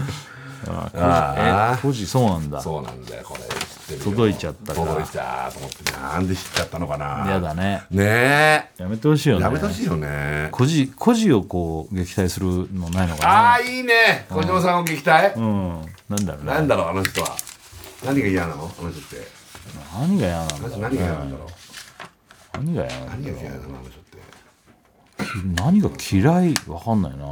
コジそうなんだ。 そうなんだよ、これ知ってるよ。 届いちゃったから。 届いちゃうと思って、なんで知っちゃったのかな。 やだね。 ねえ。やめてほしいよね。 やめてほしいよね。 コジをこう撃退するのないのかな。 ああいいね。小島さんを撃退。 なんだろうね。 なんだろうあの人は。何が嫌なのあの人って。 何が嫌なんだろう。 何が嫌なんだろう。 何が嫌なんだろう。 何が嫌なのあの人って。 何が嫌いわかんないな。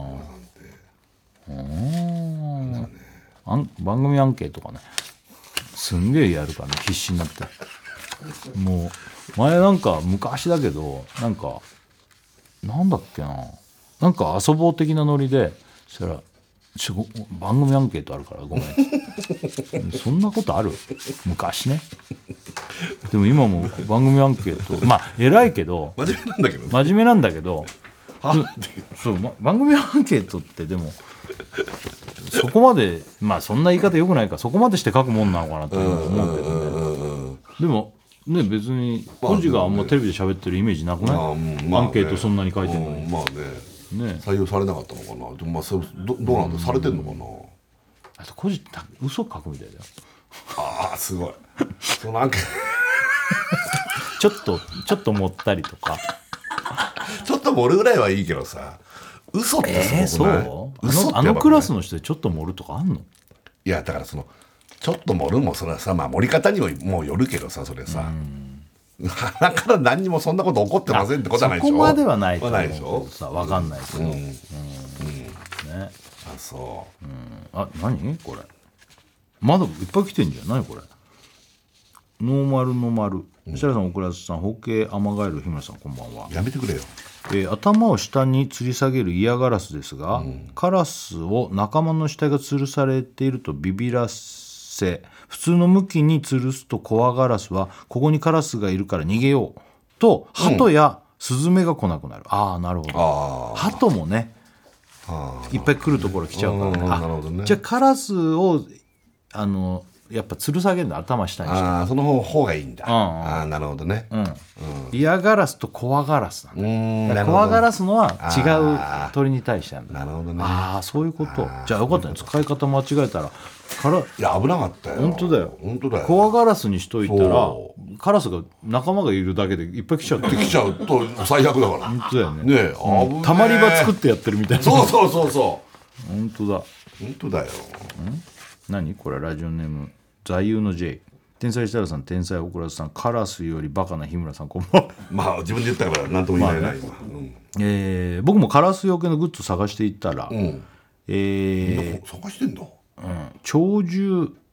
番組アンケートとかね、すんげえやるからね、必死になって。もう前なんか昔だけどなんかなんだっけな、なんか遊ぼう的なノリでそしたら番組アンケートあるからごめんそんなことある昔ね。でも今も番組アンケートまあ偉いけど真面目なんだけど、 真面目なんだけどそう、番組アンケートってでもそこまでまあそんな言い方よくないからそこまでして書くもんなのかなと思うけどね。でもね別に個人があんまテレビで喋ってるイメージなくない？アンケートそんなに書いてるのに。 まあね、採用されなかったのかな。でもまあどうなんだ、されてんのかな。 あと個人って嘘書くみたいだよ。 ああすごい。そのアンケートちょっと盛ったりとかちょっと盛るぐらいはいいけどさ、嘘ってすごくない？ そう？あのクラスの人でちょっと盛るとかあんの？ いやだからそのちょっと盛るもそれはさ、まあ盛り方にもうよるけどさ、それさ鼻から何にもそんなこと起こってませんってことはないでしょ。 そこまではないと思うでしょ。 さ分かんないけど、ね。 あそう。 あ何これまだいっぱい来てんじゃん。何これノーマルノーマル。設楽さん、奥田さん、ホッケーアマガエル、日村さん、こんばんは。 やめてくれよ。 頭を下に吊り下げるイヤガラスですが、カラスを仲間の死体が吊るされているとビビらせ、普通の向きに吊るすと怖ガラスはここにカラスがいるから逃げようと鳩やスズメが来なくなる。ああなるほど。鳩もねいっぱい来るところ来ちゃうからね。 なるほどね。 じゃあカラスをやっぱ吊る下げるの頭下にして。 その方がいいんだ。なるほどね。 イヤガラスとコアガラスなんだ。コアガラスのは違う鳥に対してなんだ。 なるほどね。 そういうこと。じゃあよかったね。使い方間違えたらいや危なかったよ。 本当だよ。コアガラスにしといたらカラスが仲間がいるだけでいっぱい来ちゃう。 来ちゃうと最悪だから。 本当だよね。 ねえ、 たまり場作ってやってるみたいな。 そう。 本当だ。 本当だよ。 何これラジオネーム座右の J。天才設楽さん、天才オクラスさん、カラスよりバカな日村さん、こんばんは。 まあ自分で言ったから何とも言えないな、 僕もカラスよけのグッズ探していったら、 探してんだ。 鳥獣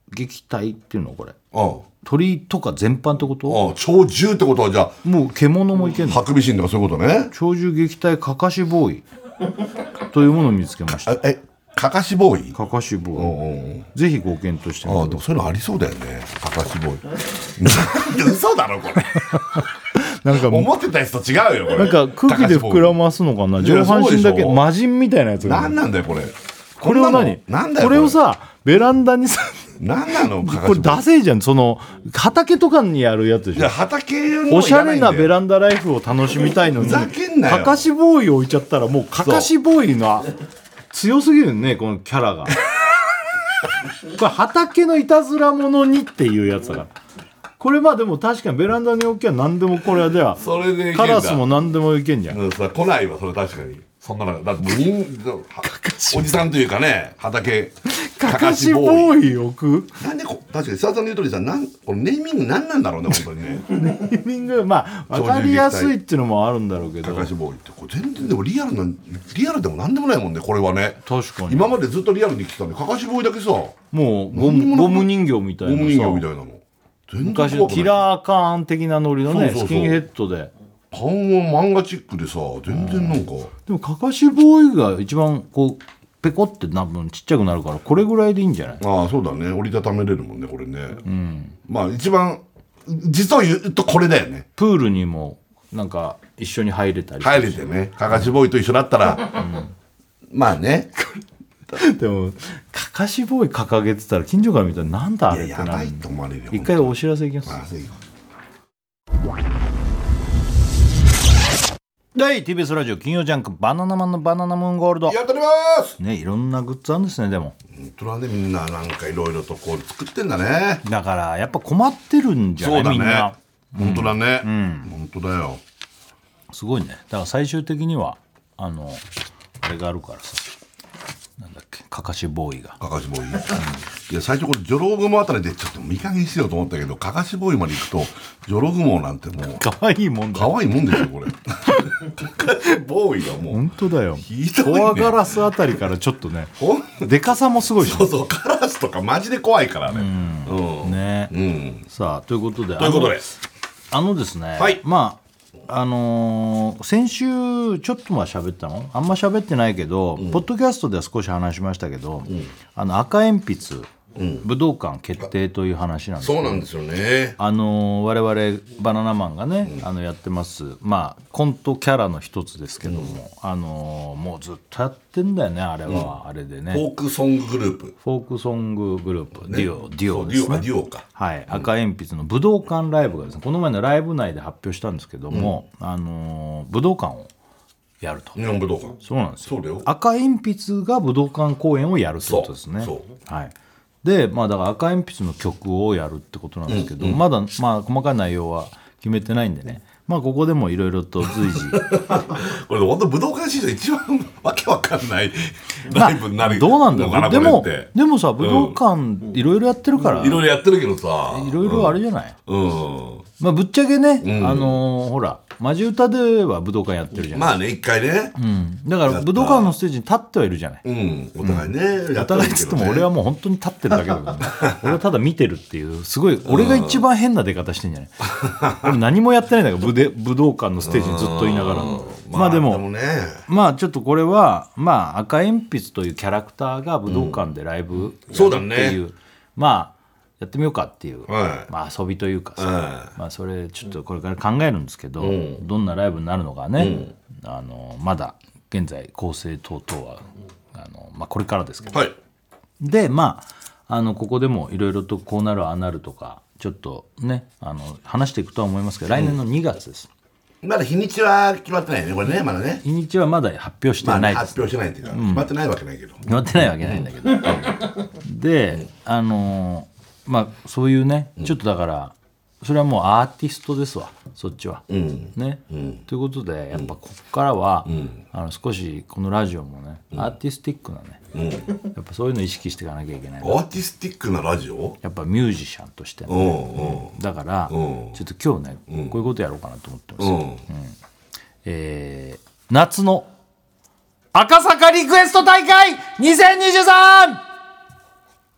撃隊っていうのこれ鳥とか全般ってこと？ 鳥獣ってことはじゃあもう獣もいけんの？ ハクビシンとかそういうことね。 鳥獣撃退かかしボーイというものを見つけました。 かかしボーイ？ かかしボーイ、ぜひご検討してみて。 でもそういうのありそうだよね、かかしボーイ嘘だろこれなんか思ってたやつと違うよこれ。 なんか空気で膨らますのかな、上半身だけ魔人みたいなやつが。 何なんだよこれ。 これを何？なんだよこれをさベランダにさ、 何なのこれダセえじゃん。その畑とかにやるやつでしょ。 いや畑のおしゃれなベランダライフを楽しみたいのに、かかしボーイを置いちゃったらもうかかしボーイが強すぎるね、このキャラがこれ畑のいたずら者にっていうやつだから。これまあでも確かにベランダに置きゃ何でもこれはではそれでカラスも何でもいけんじゃん。 来ないわそれ確かに。そんなのだっておじさんというかね、畑かかしボーイ置く。 なんで確かに澤さんの言う通りさ、このネーミング何なんだろうね本当にねネーミングまあ分かりやすいっていうのもあるんだろうけど、 かかしボーイってこれ全然でもリアルでも何でもないもんねこれはね。 確かに今までずっとリアルに来てたんで、かかしボーイだけさもうゴム人形みたいなさ、 ゴム人形みたいなの昔のキラーカーン的なノリのね、スキンヘッドで顔も漫画チックでさ、全然なんかでもかかしボーイが一番こうペコって多分ちっちゃくなるからこれぐらいでいいんじゃない？ そうだね、折りたためれるもんねこれね。まあ一番実を言うとこれだよね。 プールにもなんか一緒に入れたり入れてね、かかしボーイと一緒だったら、まあねでもかかしボーイ掲げてたら近所から見たらなんだあれってなる。 やばいと思われるよ。 一回お知らせいきます。はい、TBS ラジオ金曜ジャンクバナナマンのバナナムーンゴールドやっておりますね。いろんなグッズあるんですね。でも本当はね、みんななんかいろいろとこう作ってんだね。 だからやっぱ困ってるんじゃない？みんな本当だね、本当だよ。 すごいね。だから最終的にはあれがあるからさ、なんだっけ、かかしボーイが。 かかしボーイ、いや最初これジョログモあたりでちょっと見加減しようと思ったけど、かかしボーイまで行くとジョログモなんてもう可愛いもんだ。 可愛いもんですよこれかかしボーイがもう本当だよ。 ひどいね。 コアガラスあたりからちょっとねでかさもすごいし、 そうそうカラスとかマジで怖いからね。 ね、さあということでですね、 はい、 まあ先週ちょっと喋ったのあんま喋ってないけど、ポッドキャストでは少し話しましたけど、赤鉛筆武道館決定という話なんですけど、 そうなんですよね。 我々バナナマンがね、やってますまあコントキャラの一つですけども、もうずっとやってんだよねあれは、あれでね。 フォークソンググループ、 デュオですね。 デュオか、 はい、赤鉛筆の武道館ライブがですね、この前のライブ内で発表したんですけども、武道館をやると。 日本武道館。 そうなんですよ。 そうだよ。 赤鉛筆が武道館公演をやるってことですね。はい。でまあだから赤鉛筆の曲をやるってことなんですけど、まだまあ細かい内容は決めてないんでね、まあここでもいろいろと随時これ本当武道館史上一番わけわかんないライブになる、 どうなんだろう。でもさ武道館いろいろやってるから、 いろいろやってるけどさ、 いろいろあれじゃない、まあぶっちゃけね、ほらマジ歌では武道館やってるじゃん。 まあね一回ね、 だから武道館のステージに立ってはいるじゃない。 お互いね、 お互いっつっても俺はもう本当に立ってるだけだからね俺はただ見てるっていうすごい俺が一番変な出方してんじゃない俺何もやってないんだから武道館のステージにずっといながら。まあでもまあちょっとこれはまあ赤鉛筆というキャラクターが武道館でライブやるっていう、まあやってみようかっていう、まあ遊びというかさ、まあそれちょっとこれから考えるんですけど、どんなライブになるのかね、まだ現在構成等々はまあこれからですけど、でまあここでもいろいろとこうなるああなるとかちょっとね話していくとは思いますけど、来年の2月です。 まだ日にちは決まってないねこれね、まだね。 日にちはまだ発表してないです、 発表してないっていうか、決まってないわけないけど。 決まってないわけないんだけどでまあそういうね、ちょっとだからそれはもうアーティストですわそっちは、ね、ということでやっぱここからは、少しこのラジオもね、アーティスティックなね、やっぱそういうのを意識していかなきゃいけない。 アーティスティックなラジオ、 やっぱミュージシャンとしてね、だから、ちょっと今日ね、こういうことやろうかなと思ってます、夏の赤坂リクエスト大会2023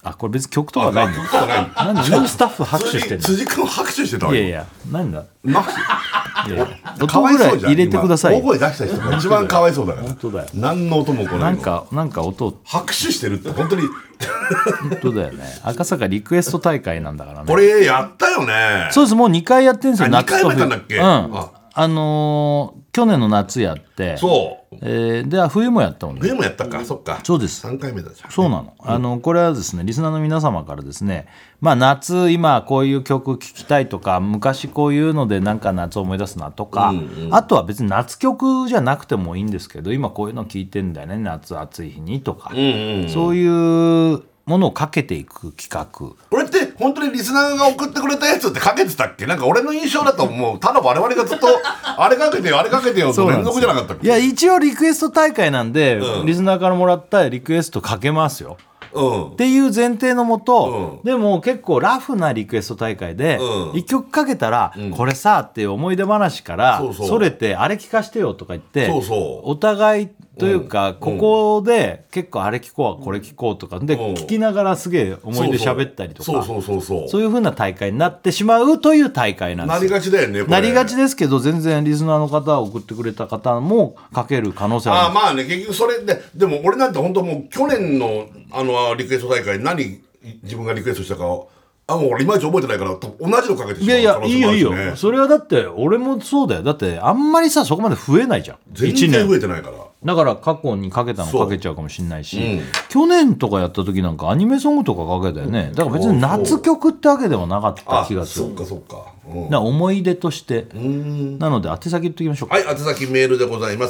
これ別に曲とかないんだよ。なんでスタッフ拍手してんの？ 辻君拍手してたわ。 いやなんだ。 かわいそうじゃん。 入れてください。 大声出した人が一番かわいそうだから。 本当だよ。 何の音も来ないの。 なんか音。 拍手してるって本当に。 本当だよね。赤坂リクエスト大会なんだからね。 これやったよね。 そうです。もう2回やってるんですよ。 2回もやったんだっけ？ 去年の夏やって、 そう。 で冬もやったもんね。 冬もやったか、そっか。 そうです。 3回目だじゃん。 そうなの。これはですね、リスナーの皆様からですね、まあ夏今こういう曲聴きたいとか、昔こういうのでなんか夏を思い出すなとか、あとは別に夏曲じゃなくてもいいんですけど、今こういうの聴いてんだよね、夏暑い日にとか、そういうものをかけていく企画。 俺って本当にリスナーが送ってくれたやつってかけてたっけ？なんか俺の印象だともうただ我々がずっとあれかけてよあれかけてよと連続じゃなかったっけ？ いや一応リクエスト大会なんで、リスナーからもらったリクエストかけますよ。っていう前提のもと、でも結構ラフなリクエスト大会で、1曲かけたら、これさっていう思い出話からそれてあれ聞かしてよとか言って、お互いというか、ここで結構あれ聞こうこれ聞こうとかで聞きながらすげえ思い出喋ったりとか、そういう風な大会になってしまうという大会なんですよ。 なりがちだよね。 なりがちですけど、全然リスナーの方送ってくれた方もかける可能性はある。 まあね、結局それでも俺なんて本当もう去年のリクエスト大会何自分がリクエストしたかもう俺いまいち覚えてないから同じのかけてしまう可能性もあるしね。 いいよそれは。だって俺もそうだよ。だってあんまりさそこまで増えないじゃん。 全然増えてないから。 だから過去にかけたのかけちゃうかもしれないし、去年とかやった時なんかアニメソングとかかけたよね。だから別に夏曲ってわけでもなかった気がする。 そっか、 思い出としてなので宛先言っておきましょうか。 はい、宛先メールでございます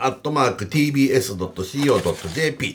。banana@tbs.co.jp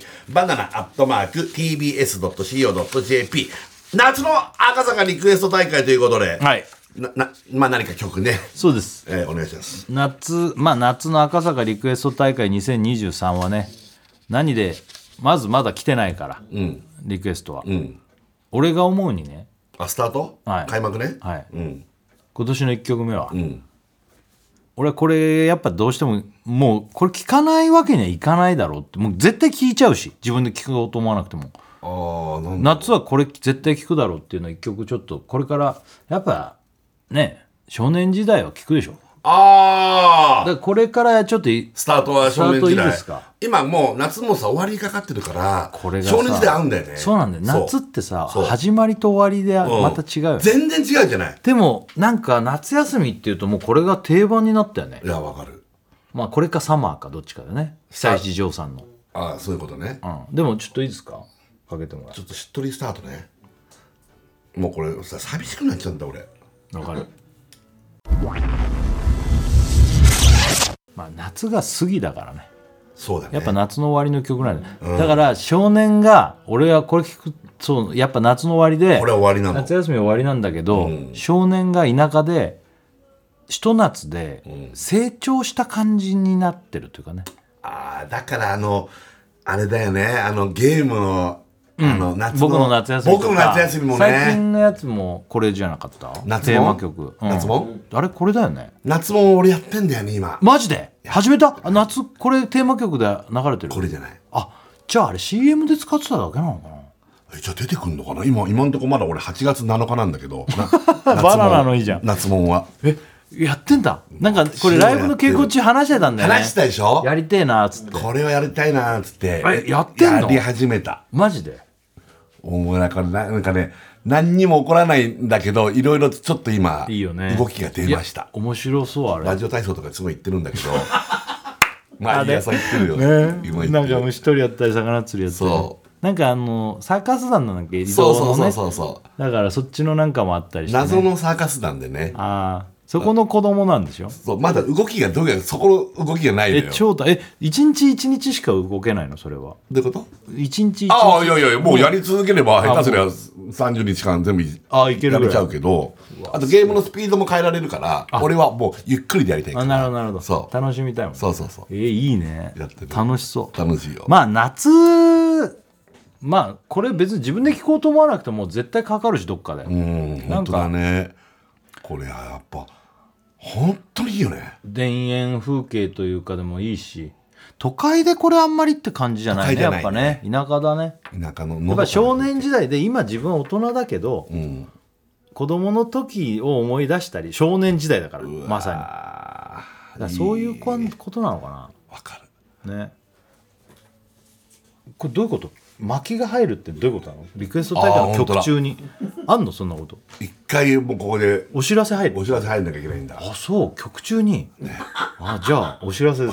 banana@tbs.co.jp 夏の赤坂リクエスト大会ということで、 はい、 まあ何か曲ね。 そうです、 お願いします。 夏の赤坂リクエスト大会2023はね、何でまだ来てないから、リクエストは、俺が思うにね、 スタート、開幕ね、 今年の1曲目は、俺はこれやっぱどうしてももうこれ聴かないわけにはいかないだろうって、もう絶対聴いちゃうし、自分で聴こうと思わなくても、夏はこれ絶対聴くだろうっていうのを1曲ちょっとこれからやっぱね、少年時代は聴くでしょ。だからこれからちょっとスタートは少年時代。 いいですか？ 今もう夏もさ終わりにかかってるから、 これが少年時代合うんだよね。 そうなんだよ。夏ってさ始まりと終わりでまた違うよね。 全然違うじゃない。 でもなんか夏休みっていうともうこれが定番になったよね。 いやわかる。 まあこれかサマーかどっちかだね。久石譲さんの。 そういうことね。 でもちょっといいですか？かけてもらう。 ちょっとしっとりスタートね。もうこれさ寂しくなっちゃうんだ俺。 わかる。まあ夏が過ぎだからね。 そうだね。 やっぱ夏の終わりの曲なんだよ。だから少年が俺はこれ聞く、そうやっぱ夏の終わりで、 これ終わりなの。 夏休み終わりなんだけど、少年が田舎でひと夏で成長した感じになってるというかね。 だからあれだよね、ゲームの僕の夏休みとか、 僕の夏休みもね、 最近のやつもこれじゃなかった？テーマ曲、 夏もあれこれだよね。 夏も俺やってんだよね今。 マジで始めた？夏これテーマ曲で流れてる。 これじゃない。 じゃああれ CM で使ってただけなのかな。 じゃあ出てくんのかな。今んとこまだ俺8月7日なんだけどバナナのいいじゃん。 夏もんはやってんだ。なんかこれライブの稽古中話してたんだよね。 話したでしょ。 やりてえなっつって、 これはやりたいなっつって、 やってんの？ やり始めた。 マジで。 なんかね、何にも起こらないんだけど、いろいろちょっと今いいよね、 動きが出ました。 面白そう。あれラジオ体操とかすごい言ってるんだけど毎朝言ってるよね。なんか虫取りやったり魚釣りやったり、なんかサーカス団なんだっけ、移動のね。そうだからそっちのなんかもあったりして、ね、 謎のサーカス団でね。 そこの子供なんでしょ。 そう、まだ動きがそこの動きがないのよ。 一日一日しか動けないのそれは。 どういうこと？ 一日一日。 いやもうやり続ければ下手すりゃ30日間全部やれちゃうけど、あとゲームのスピードも変えられるから、俺はもうゆっくりでやりたいから。 なるほど。そう楽しみたいもんね。 そういいね。楽しそう。 楽しいよ。 まあ夏、これ別に自分で聴こうと思わなくても絶対かかるし、どっかで。 本当だね。これはやっぱ本当にいいよね。 田園風景というかでもいいし、 都会でこれあんまりって感じじゃないね、やっぱね。田舎だね。 田舎のやっぱ少年時代で、今自分は大人だけど、子供の時を思い出したり、少年時代だからまさに。だからそういうことなのかな。 わかるね。これどういうこと？巻きが入るってどういうことなの？リクエスト大会の曲中にあんのそんなこと？ 一回もうここでお知らせ入る？ お知らせ入んなきゃいけないんだ。 あ、そう、曲中に、ね、じゃあお知らせです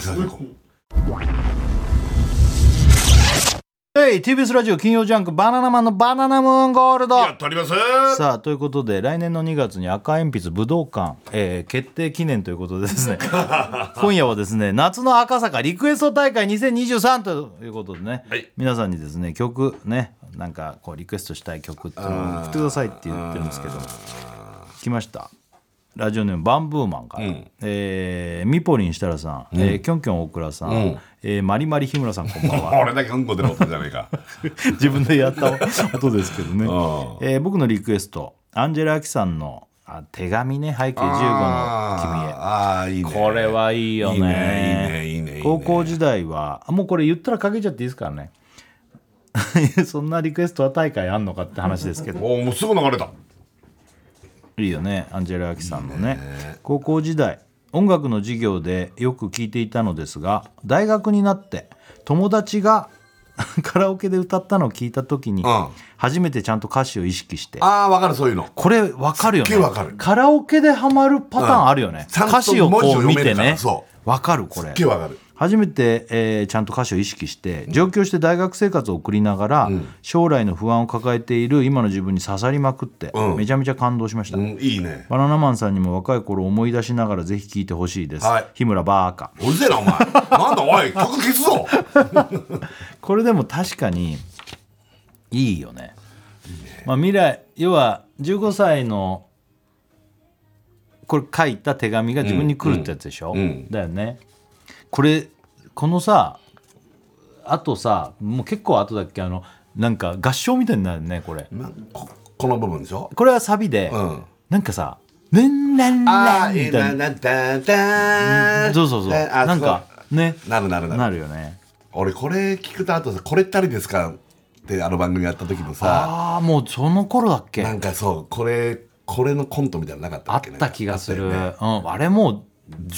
。TBS ラジオ金曜ジャンクバナナマンのバナナムーンゴールドやっております。 さあということで来年の2月に赤鉛筆武道館、決定記念ということでですね今夜はですね夏の赤坂リクエスト大会2023ということでね、はい、皆さんにですね曲ねなんかこうリクエストしたい曲っていうのを送ってくださいって言ってるんですけど来ました。ラジオネームバンブーマンから、ミポリン設楽さん、キョンキョン大倉さん、マリマリ日村さんこんばんは。 俺だけうんこ出る音じゃねえか自分でやった音ですけどね、僕のリクエストアンジェラ・アキさんの手紙ね背景15の君へ。いいね、これはいいよね。いいね高校時代はもうこれ言ったらかけちゃっていいですからねそんなリクエストは大会あんのかって話ですけどもうすぐ流れた。 いいよねアンジェラ・アキさんのね。高校時代音楽の授業でよく聴いていたのですが大学になって友達がカラオケで歌ったのを聞いた時に、初めてちゃんと歌詞を意識して。 分かる。そういうのこれ分かるよね。 分かる。 カラオケでハマるパターンあるよね、歌詞をこう見てね。分かる。これ分かる。 初めて、ちゃんと歌詞を意識して上京して大学生活を送りながら、将来の不安を抱えている今の自分に刺さりまくって、めちゃめちゃ感動しました、 いいね。 バナナマンさんにも若い頃を思い出しながらぜひ聴いてほしいです、日村バーカ。 うるせえなお前なんだおい曲消すぞこれでも確かにいいよね。未来要は15歳のこれ書いた手紙が自分に来るってやつでしょ、だよね。このさあとさもう結構後だっけなんか合唱みたいになるねこれ。 この部分でしょ。 これはサビで、なんかさ「ねんねんねん」みたいな。そうなんかねなるよね。 俺これ聞くとあとさ「これったりですか?」って番組やった時のさもうその頃だっけ。 なんかそうこれのコントみたいなのなかったっけね。 あった気がする、あれもう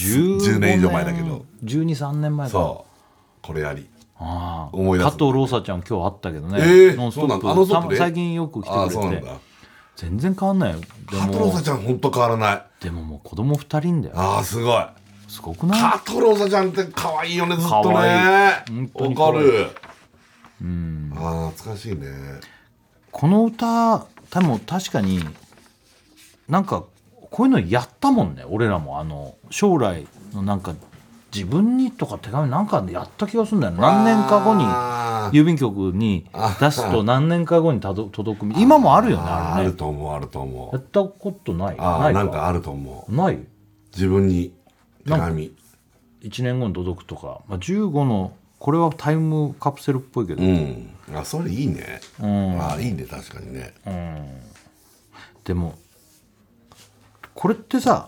10年以上前だけど 12、3年前か。 そうこれやり思い出す。加藤ローサちゃん今日会ったけどね、ノンストップ最近よく来てくれて。全然変わんないよ。 加藤ローサちゃんほんと変わらない。 でももう子供2人だよ。 すごい。 すごくない？ 加藤ローサちゃんって可愛いよねずっとね。わかる。懐かしいね。この歌多分確かになんかこういうのやったもんね俺らも。将来のなんか自分にとか手紙なんかやった気がするんだよ。何年か後に郵便局に出すと何年か後に届く。今もあるよねあれね。 あると思う。 やったことない。 なんかあると思う。 ない。 自分に手紙 1年後に届くとか、15のこれはタイムカプセルっぽいけど、 それいいね。いいね確かにね。 でもこれってさ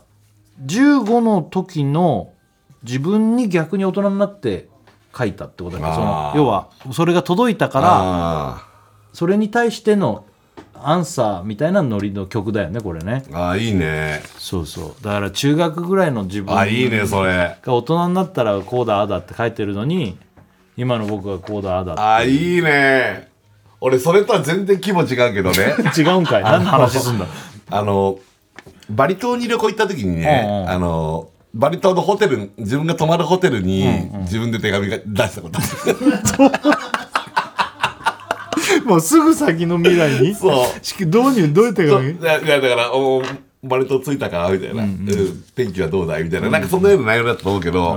15の時の自分に逆に大人になって書いたってことだけど要はそれが届いたからそれに対してのアンサーみたいなノリの曲だよねこれね。 いいね。 そうだから中学ぐらいの自分いいねそれが大人になったらこうだあだって書いてるのに今の僕がこうだあだって。 いいね。俺それとは全然規模違うけどね違うんかい。何の話すんだバリ島に旅行行った時にね、バリ島のホテル自分が泊まるホテルに自分で手紙が出したこともうすぐ先の未来にどういう手紙。 いやだからバリ島着いたかみたいな、天気はどうだいみたいな、なんかそんなような内容だったと思うけど、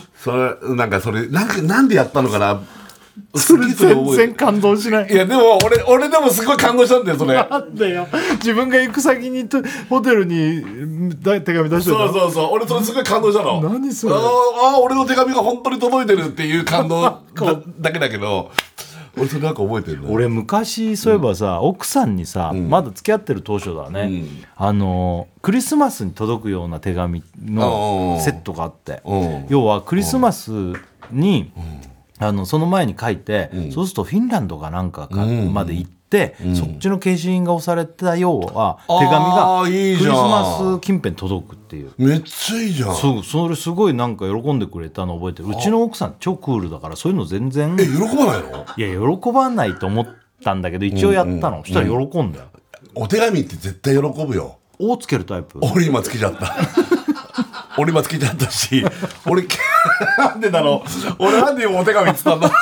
なんでやったのかな。 全然感動しない。 いやでも俺でもすごい感動したんだよそれ。 なんでよ自分が行く先にホテルに手紙出してた。 そう俺それすごい感動したの。 何それ。 俺の手紙が本当に届いてるっていう感動だけだけど俺それなんか覚えてるの。 俺昔そういえばさ、奥さんにさ、まだ付き合ってる当初だね、クリスマスに届くような手紙のセットがあって、要はクリスマスに、その前に書いて、そうするとフィンランドかなんかまで行って、そっちの消印が押された要は手紙がクリスマス近辺届くっていう。 めっちゃいいじゃん。 それすごいなんか喜んでくれたの覚えてる。うちの奥さん超クールだからそういうの全然喜ばないの？ いや喜ばないと思ったんだけど一応やったの、そしたら喜んだよ。 お手紙って絶対喜ぶよ。 「お」つけるタイプ？ 俺今つけちゃった俺今つけちゃったし、俺なんでだろう、俺なんで今お手紙っつったんだ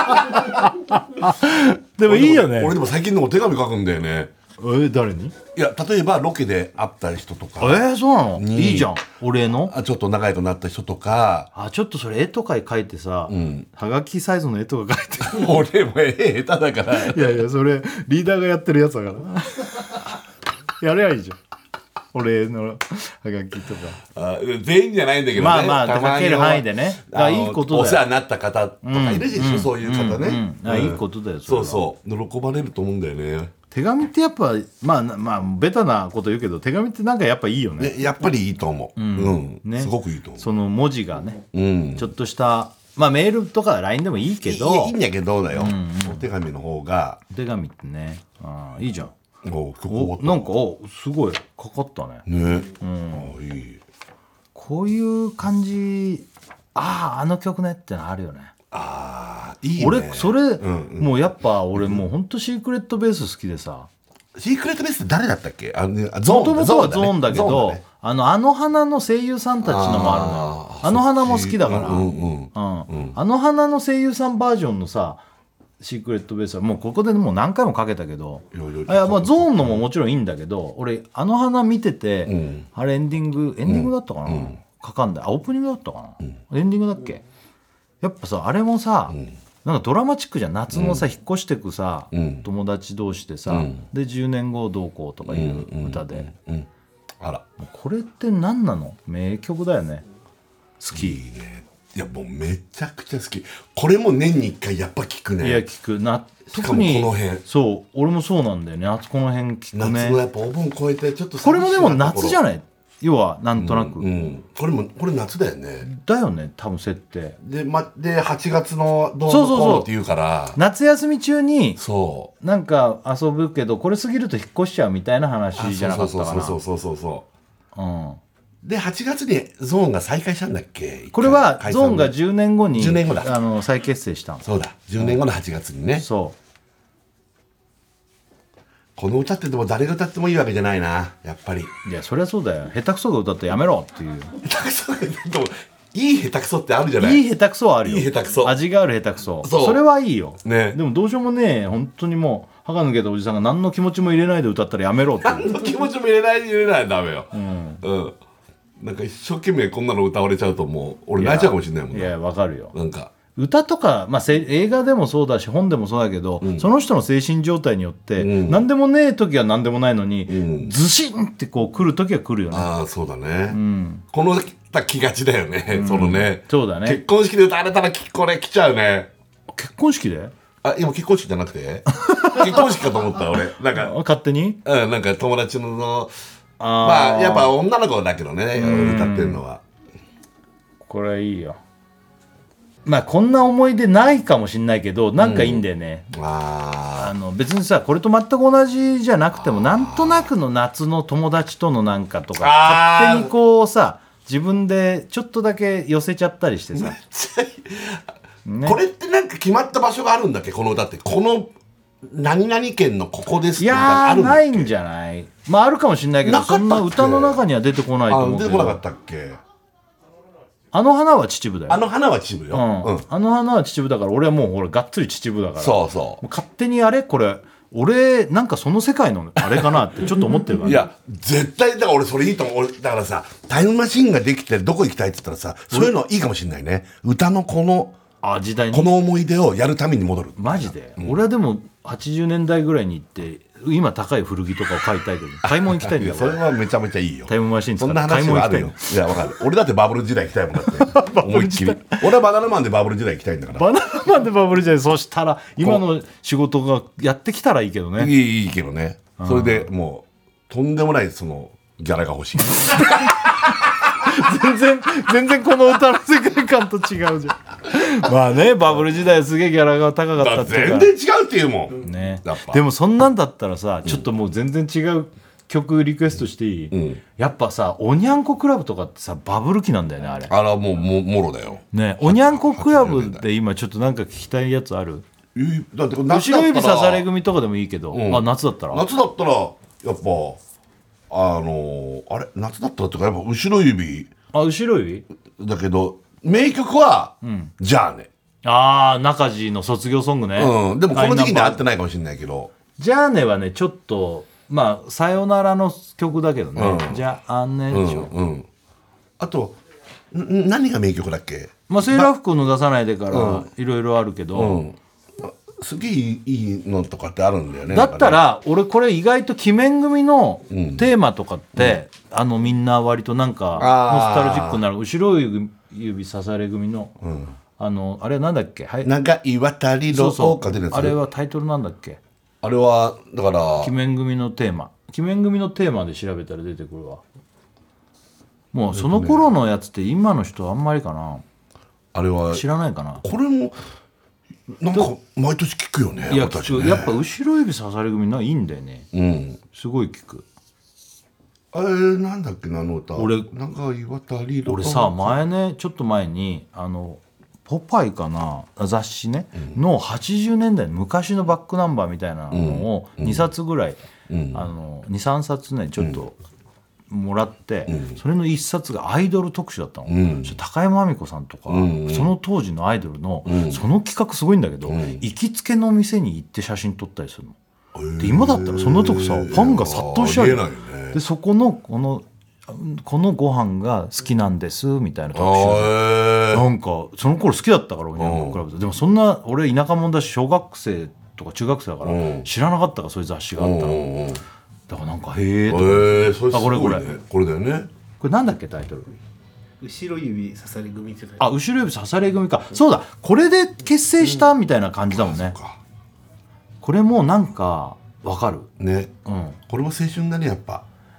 でもいいよね。 俺でも最近のお手紙書くんだよね。 誰に？ いや例えばロケで会った人とか。 そうなの？いいじゃん。お礼のちょっと仲良くなった人とか。 ちょっとそれ絵とか書いてさ、はがきサイズの絵とか書いて俺も絵下手だからいやそれリーダーがやってるやつだからやればいいじゃん。俺のはがきとか全員じゃないんだけどね。 まあ書ける範囲でね。いいことだよ。 お世話になった方とかいるでしょ、そういう方ね。 いいことだよ。 そう喜ばれると思うんだよね。 手紙ってやっぱまあベタなこと言うけど手紙ってなんかやっぱいいよね。 やっぱりいいと思う。ね、すごくいいと思う。 その文字がね、ちょっとしたメールとか LINE でもいいけどいいんだけどだよ、お手紙の方が。 お手紙ってね、いいじゃん。 なんかすごいかかったね。 いい。 こういう感じ、あの曲ねってのあるよね。 いいね。 俺それ、もうやっぱ俺もうほんとシークレットベース好きでさ。 シークレットベースって誰だったっけ？ もともとはゾーンだけど、あの花の声優さんたちのもあるのよ。あの花も好きだから、あの花の声優さんバージョンのさシークレットベースはもうここでもう何回もかけたけど、ゾーンのももちろんいいんだけど、俺あの花見てて、あれエンディングだったかな、かかんない。オープニングだったかな、エンディングだっけ。やっぱさあれもさ、なんかドラマチックじゃん。夏のさ、引っ越してくさ、友達同士でさ、で10年後どうこうとかいう歌で、 あらこれって何なの？名曲だよね。好き。 いいね。いやもうめちゃくちゃ好き。これも年に1回やっぱ聞くね。 いや聞くな。 特にこの辺。 そう俺もそうなんだよね。この辺聞くね。 夏のやっぱお盆越えてちょっとこれもでも夏じゃない？要はなんとなく、 これ夏だよね。 だよね多分設定で8月のどうのこうのって言うから夏休み中になんか遊ぶけどこれ過ぎると引っ越しちゃうみたいな話じゃなかったかな。 そうで8月にゾーンが再開したんだっけ。 これはゾーンが10年後に 10年後だ再結成したの。 そうだ10年後の8月にね。 そうこの歌ってでも誰が歌ってもいいわけじゃないなやっぱり。 いやそりゃそうだよ。下手くそが歌ってやめろっていう。 下手くそでもいい下手くそってあるじゃない。 いい下手くそはあるよ。 いい下手くそ味がある下手くそ。それはいいよ、 ね、 でもどうしようもねえ本当にもう歯が抜けたおじさんが何の気持ちも入れないで歌ったらやめろって。 何の気持ちも入れないとダメよ。なんか一生懸命こんなの歌われちゃうともう俺泣いちゃうかもしれないもんね。 いやわかるよ。 なんか歌とか、映画でもそうだし本でもそうだけど、その人の精神状態によって、何でもねえ時は何でもないのに、ずしんってこう来る時は来るよね。 そうだね、この来がちだよね、そのね。 そうだね。 結婚式で歌われたらこれ来ちゃうね。 結婚式で？ 今結婚式じゃなくて結婚式かと思った俺。なんか勝手になんか友達のやっぱ女の子だけどね歌ってるのは。 これいいよ。こんな思い出ないかもしんないけどなんかいいんだよね、別にさこれと全く同じじゃなくてもなんとなくの夏の友達とのなんかとか勝手にこうさ自分でちょっとだけ寄せちゃったりしてさこれってなんか決まった場所があるんだっけこの歌って。この何々県のここですってあるんだっけ。いやないんじゃない。あるかもしんないけどそんな歌の中には出てこないと思うけど。 出てこなかったっけ。 あの花は秩父だよ。 あの花は秩父よ、 あの花は秩父だから俺はもうほらがっつり秩父だからそう勝手にこれ俺なんかその世界のあれかなってちょっと思ってるから、 いや絶対だから俺それいいと思う。だからさタイムマシンができてどこ行きたいって言ったらさそういうのいいかもしれないね。歌のこの時代にこの思い出をやるために戻る。 マジで、俺はでも80年代ぐらいに行って今高い古着とかを買いたいけど買い物行きたいんだよ。 それはめちゃめちゃいいよ。 タイムマシン使ってそんな話はあるよ。いやわかる。俺だってバブル時代行きたいもんだって思いっきり。俺はバナナマンでバブル時代行きたいんだから。 バナナマンでバブル時代。そしたら今の仕事がやってきたらいいけどね。 いいけどね。それでもうとんでもないそのギャラが欲しい全然この歌の世界観と違うじゃんまあね、バブル時代すげえギャラが高かったっていうか全然違うっていうもん、 ね、でもそんなんだったらさ、ちょっともう全然違う曲リクエストしていい、やっぱさおにゃんこクラブとかってさバブル期なんだよね、あれ。 あらもうもろだよね。おにゃんこクラブって今ちょっとなんか聞きたいやつある？ だって後ろ指刺され組とかでもいいけど、夏だったらやっぱあれ夏だったらっていうかやっぱ後ろ指後ろ指だけど名曲は、じゃあね。 中地の卒業ソングね、 でもこの時期には合ってないかもしれないけど、 じゃあねはねちょっとまあさよならの曲だけどね、じゃあねでしょ、 あと何が名曲だっけ、 セーラー服を脱がさないでからいろいろあるけど、 すげえいいのとかってあるんだよね。 だったら俺これ意外と鬼面組のテーマとかって、みんな割となんかノスタルジックになる。後ろ指刺され組の、あれなんだっけ、 長い渡り廊下が出るやつ。 あれはタイトルなんだっけ。 あれはだから鬼面組のテーマで調べたら出てくるわ。もうその頃のやつって今の人あんまりかな、 あれは知らないかな。 これもなんか毎年聞くよね。 いや聞く、やっぱ後ろ指刺され組いいんだよね、すごい聞く。 あれなんだっけな、あの歌。俺さ前ねちょっと前にポパイかな雑誌ね、の80年代昔のバックナンバーみたいなのを2冊ぐらい、23冊ねちょっともらって、それの1冊がアイドル特集だったの、高山亜美子さんとか、その当時のアイドルの、その企画すごいんだけど、行きつけの店に行って写真撮ったりするの、で今だったらそんなとこさ、ファンが殺到しちゃうよ、でそこのこのご飯が好きなんですみたいな特集で、なんかその頃好きだったからおにゃんこクラブで、でもそんな俺田舎者だし小学生とか中学生だから知らなかったから、そういう雑誌があったの、だからなんかへえと思って、 これだよね。 これなんだっけタイトル。 後ろ指刺され組って。 後ろ指刺され組か、そうだ、これで結成したみたいな感じだもんね、これもなんかわかるね、これも青春だねやっぱ。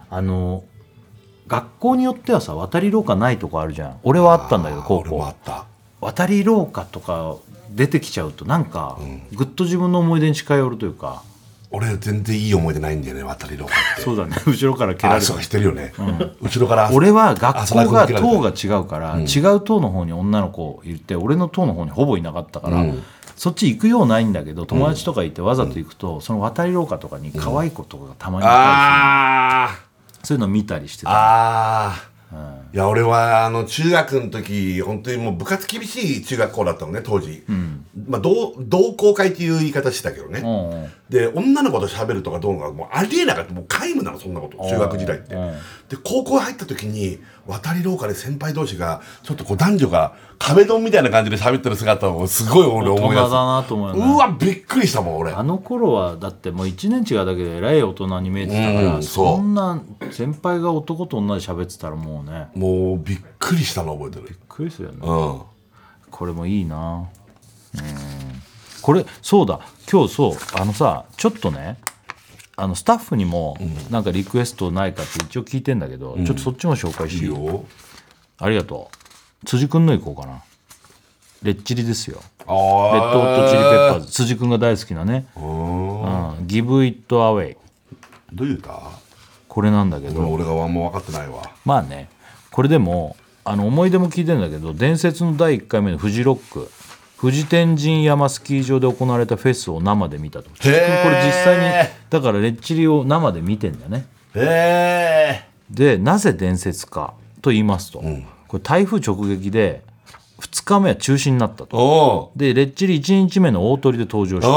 学校によってはさ渡り廊下ないとこあるじゃん。俺はあったんだけど高校。 俺もあった。渡り廊下とか出てきちゃうとなんか、ぐっと自分の思い出に近寄るというか。 俺全然いい思い出ないんだよね渡り廊下って。 そうだね、後ろから蹴られる。 そうしてるよね、後ろから俺は学校が棟が違うから、違う棟の方に女の子いて、俺の棟の方にほぼいなかったから、そっち行くようないんだけど、友達とかいてわざと行くと、その渡り廊下とかに可愛い子とかがたまにいたりする、そういうの見たりしてた。 いや俺は中学の時本当にもう部活厳しい中学校だったのね当時、同好会っていう言い方してたけどね、で女の子と喋るとかどうのかもうありえなかった、もう皆無なのそんなこと、中学時代って。で高校入った時に渡り廊下で先輩同士がちょっとこう男女が壁ドンみたいな感じで喋ってる姿をすごい俺思い出す。 大人だなと思うよね。 うわびっくりしたもん俺。 あの頃はだってもう1年違うだけでえらい大人に見えてたから、そんな先輩が男と女で喋ってたらもうね、 もうびっくりしたの覚えてる。 びっくりするよね、これもいいな。これそうだ、今日そうさちょっとねスタッフにもなんかリクエストないかって一応聞いてんだけど、ちょっとそっちも紹介していい？ いいよ。 ありがとう。辻くんのいこうかな。レッチリですよ。レッドホットチリペッパーズ。辻くんが大好きなね。Give It Away。 どういう歌？ これなんだけど。 俺があんま分かってないわ。 まあね、これでも思い出も聞いてるんだけど、伝説の第1回目のフジロック、富士天神山スキー場で行われたフェスを生で見たと。これ実際にだからレッチリを生で見てんだね。でなぜ伝説かと言いますと、これ台風直撃で2日目は中止になったと。でレッチリ1日目の大鳥で登場した。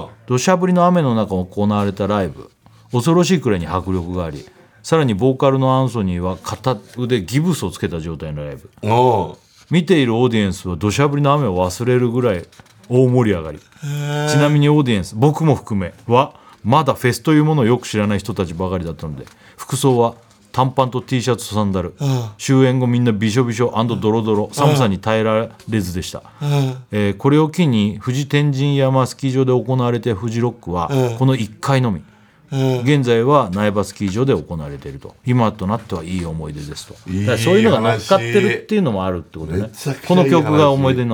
土砂降りの雨の中行われたライブ、恐ろしいくらいに迫力があり、さらにボーカルのアンソニーは片腕ギブスをつけた状態のライブ。見ているオーディエンスは土砂降りの雨を忘れるぐらい大盛り上がり。ちなみにオーディエンス、僕も含めはまだフェスというものをよく知らない人たちばかりだったので、服装は短パンと T シャツとサンダル。終演後みんなびしょびしょ&ドロドロ、寒さに耐えられずでした。これを機に富士天神山スキー場で行われているフジロックはこの1回のみ。現在は苗場スキー場で行われていると。今となってはいい思い出ですと。だからそういうのが乗っかってるっていうのもあるってことね。この曲が思い出なんだ。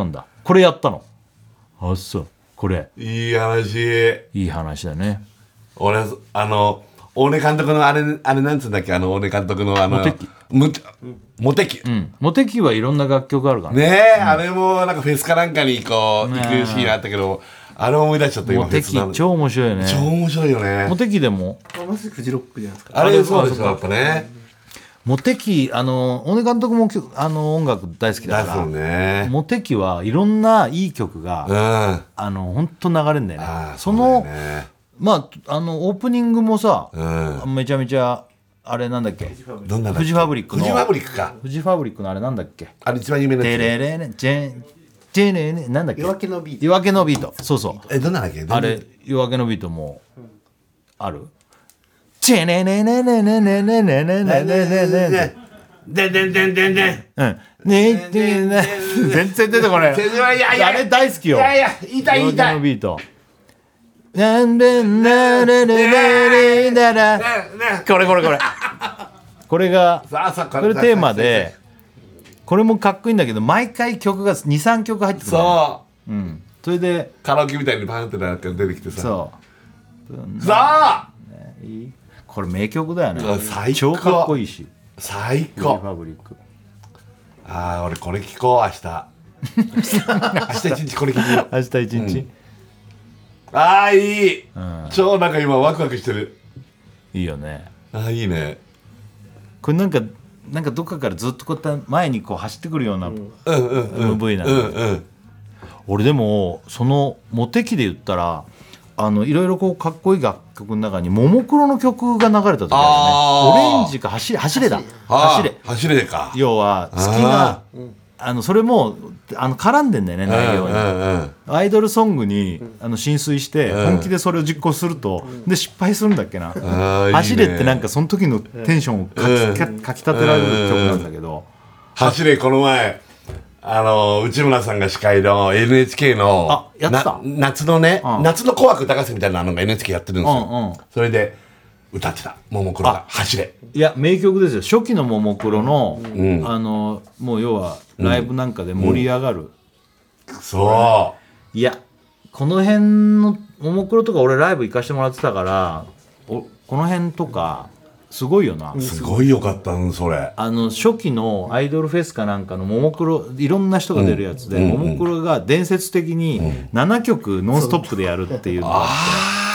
これやったの。あ、そう。これいい話。 いい話だね。 俺大根監督のあれなんつうんだっけ、大根監督のモテキ。 モテキはいろんな楽曲あるからねえ、あれもなんかフェスかなんかにこう行くシーンあったけど、あれ思い出しちゃった今。 モテキ超面白いよね。 超面白いよね。 モテキでもまさにフジロックじゃないですか。 あれそうでしょやっぱね。 モテキ大根監督も音楽大好きだから、 ね、 モテキはいろんないい曲がほんと流れるんだよね。そのまあオープニングもさ、めちゃめちゃあれなんだっけ、 どんなフジファブリックのフジファブリックか、 フジファブリックのあれなんだっけ、 あれ一番有名なやつ、 テレレレジェンジェネネなんだっけ、 夜明けのビート、 夜明けのビート、そうそう、 どんなんだっけ、 あれ夜明けのビートもある、チェネネネネネネネネネネネネネでんでんでんでんでん、 ね全然出てこない。あれ大好きよ。 いやいや言いたい言いたい。 のビート。なんでなれれれれだら。これ。これがこれテーマで、これもかっこいいんだけど、毎回曲が2、3曲入ってくる。 そう。 それでカラオケみたいにパンってなんか出てきてさ。 そう。 さあ。 これ名曲だよね。 最高。 超かっこいいし。 最高。 ファブリック。 ああ、俺これ聞こう明日。明日一日これ聞こう。 明日一日。 ああいい。超なんか今ワクワクしてる。 いいよね。 ああいいね。 これなんかどっかからずっとこうやって前にこう走ってくるような MV なんで。俺でもそのモテ期で言ったら。いろいろこうかっこいい楽曲の中にももクロの曲が流れた時あるね。オレンジか走れだ。 走れか。 要は好きなそれも絡んでんだよね、内容に。アイドルソングに浸水して本気でそれを実行するとで失敗するんだっけな。走れってなんかその時のテンションをかきたてられる曲なんだけど。 走れこの前内村さんが司会の NHK の夏のね、夏の紅白歌合戦みたいなのが NHK やってるんですよ。それで歌ってたももクロが走れ。 いや名曲ですよ。初期のももクロのもう要はライブなんかで盛り上がる。そういやこの辺のももクロとか俺ライブ行かしてもらってたからこの辺とかすごいよな。 すごいよかったそれ。 初期のアイドルフェスかなんかのももクロいろんな人が出るやつで、ももクロが伝説的に7曲ノンストップでやるっていうのがあって、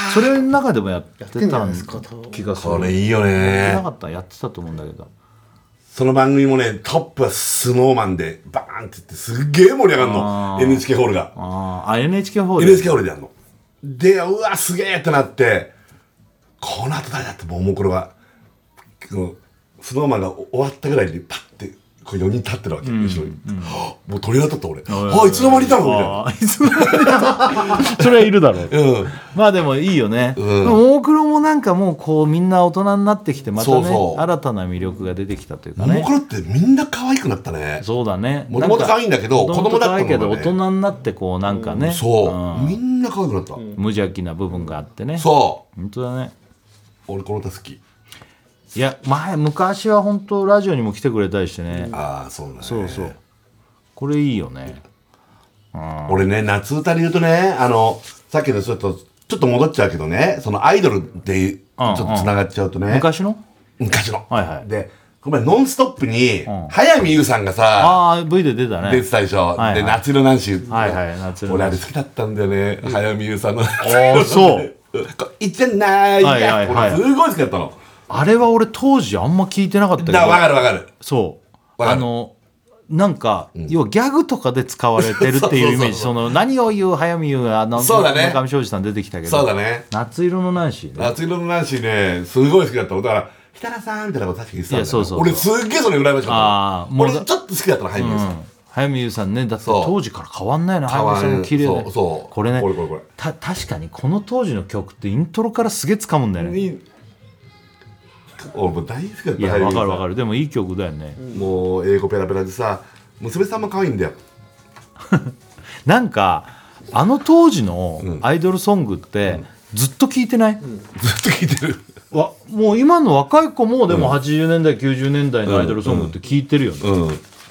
それの中でもやってた気がする。 これいいよね。 やってなかったやってたと思うんだけど。 その番組もねトップはスノーマンでバーンっていってすっげえ盛り上がるの。 NHK ホールが。 NHK ホール NHK ホールでやるので、うわすげえってなって、この後誰だってももクロがスノーマンが終わったぐらいでパッてこう4人立ってるわけ、後ろに、もう鳥肌立った俺、いつの間にいたのみたいな。いつの間にいたのそれはいるだろう、まあでもいいよね。ももクロもなんかもうこうみんな大人になってきてまたね新たな魅力が出てきたというかね。 ももクロってみんな可愛くなったね。 そうだね。 もともと可愛いんだけど子供だったのがね、 けど大人になってこうなんかね、 みんな可愛くなった。 無邪気な部分があってね。 そう本当だね。 俺この歌好き。 いや昔は本当ラジオにも来てくれたりしてね。 そうだね。 そうこれいいよね。 俺ね夏歌で言うとねさっきのちょっと戻っちゃうけどね、そのアイドルってちょっとつながっちゃうとね、 昔のでこの前ノンストップに早見優さんがさ V で出たね。 出てたでしょ。で夏色ナンシー、俺あれ好きだったんだよね、早見優さんの。 そういってんなーい、俺すごい好きだったの。 あれは俺当時あんま聞いてなかったけど。 わかる。 そうなんか、要はギャグとかで使われてるっていうイメージ。何を言う早見優がそうだね、 中上庄司さん出てきたけど。 そうだね。 夏色のナンシーね。 夏色のナンシーねすごい好きだったの。だから設楽さんみたいなこと確かに言ってたんだよ。俺すっげえそれ羨ましかった。俺ちょっと好きだったの早見優さん。 早見優さんね、だって当時から変わんないな。早見優さんも綺麗で。これね、確かにこの当時の曲ってイントロからすげえ掴むんだよね。 俺も大好きだった。 いやわかる。でもいい曲だよね。 もう英語ペラペラでさ、娘さんも可愛いんだよ。 なんか当時のアイドルソングってずっと聴いてない？ ずっと聴いてる。 もう今の若い子もでも80年代90年代のアイドルソングって聴いてるよね。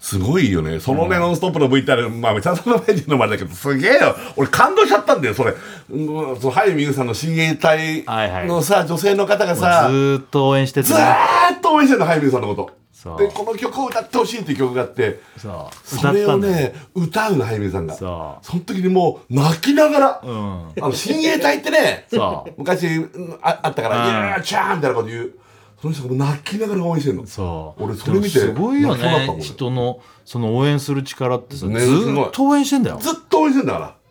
すごいよね。そのね、ノンストップの VTR、まあ、めちゃくちゃページのもあれだけど、すげえよ。俺感動しちゃったんだよ、それ。その、早見優さんの親衛隊のさ、女性の方がさ、 ずーっと応援してて、 ずーっと応援してるの、早見優さんのこと。 そうで、この曲を歌ってほしいっていう曲があって、それをね、歌うの、早見優さんが。その時にもう、泣きながら、親衛隊ってね、昔あったから、いやー、チャーみたいなこと言う。その人がもう泣きながら応援してるの。俺それ見てすごいよね。人のその応援する力ってさ、ずっと応援してんだよ。 ずっと応援してんだから。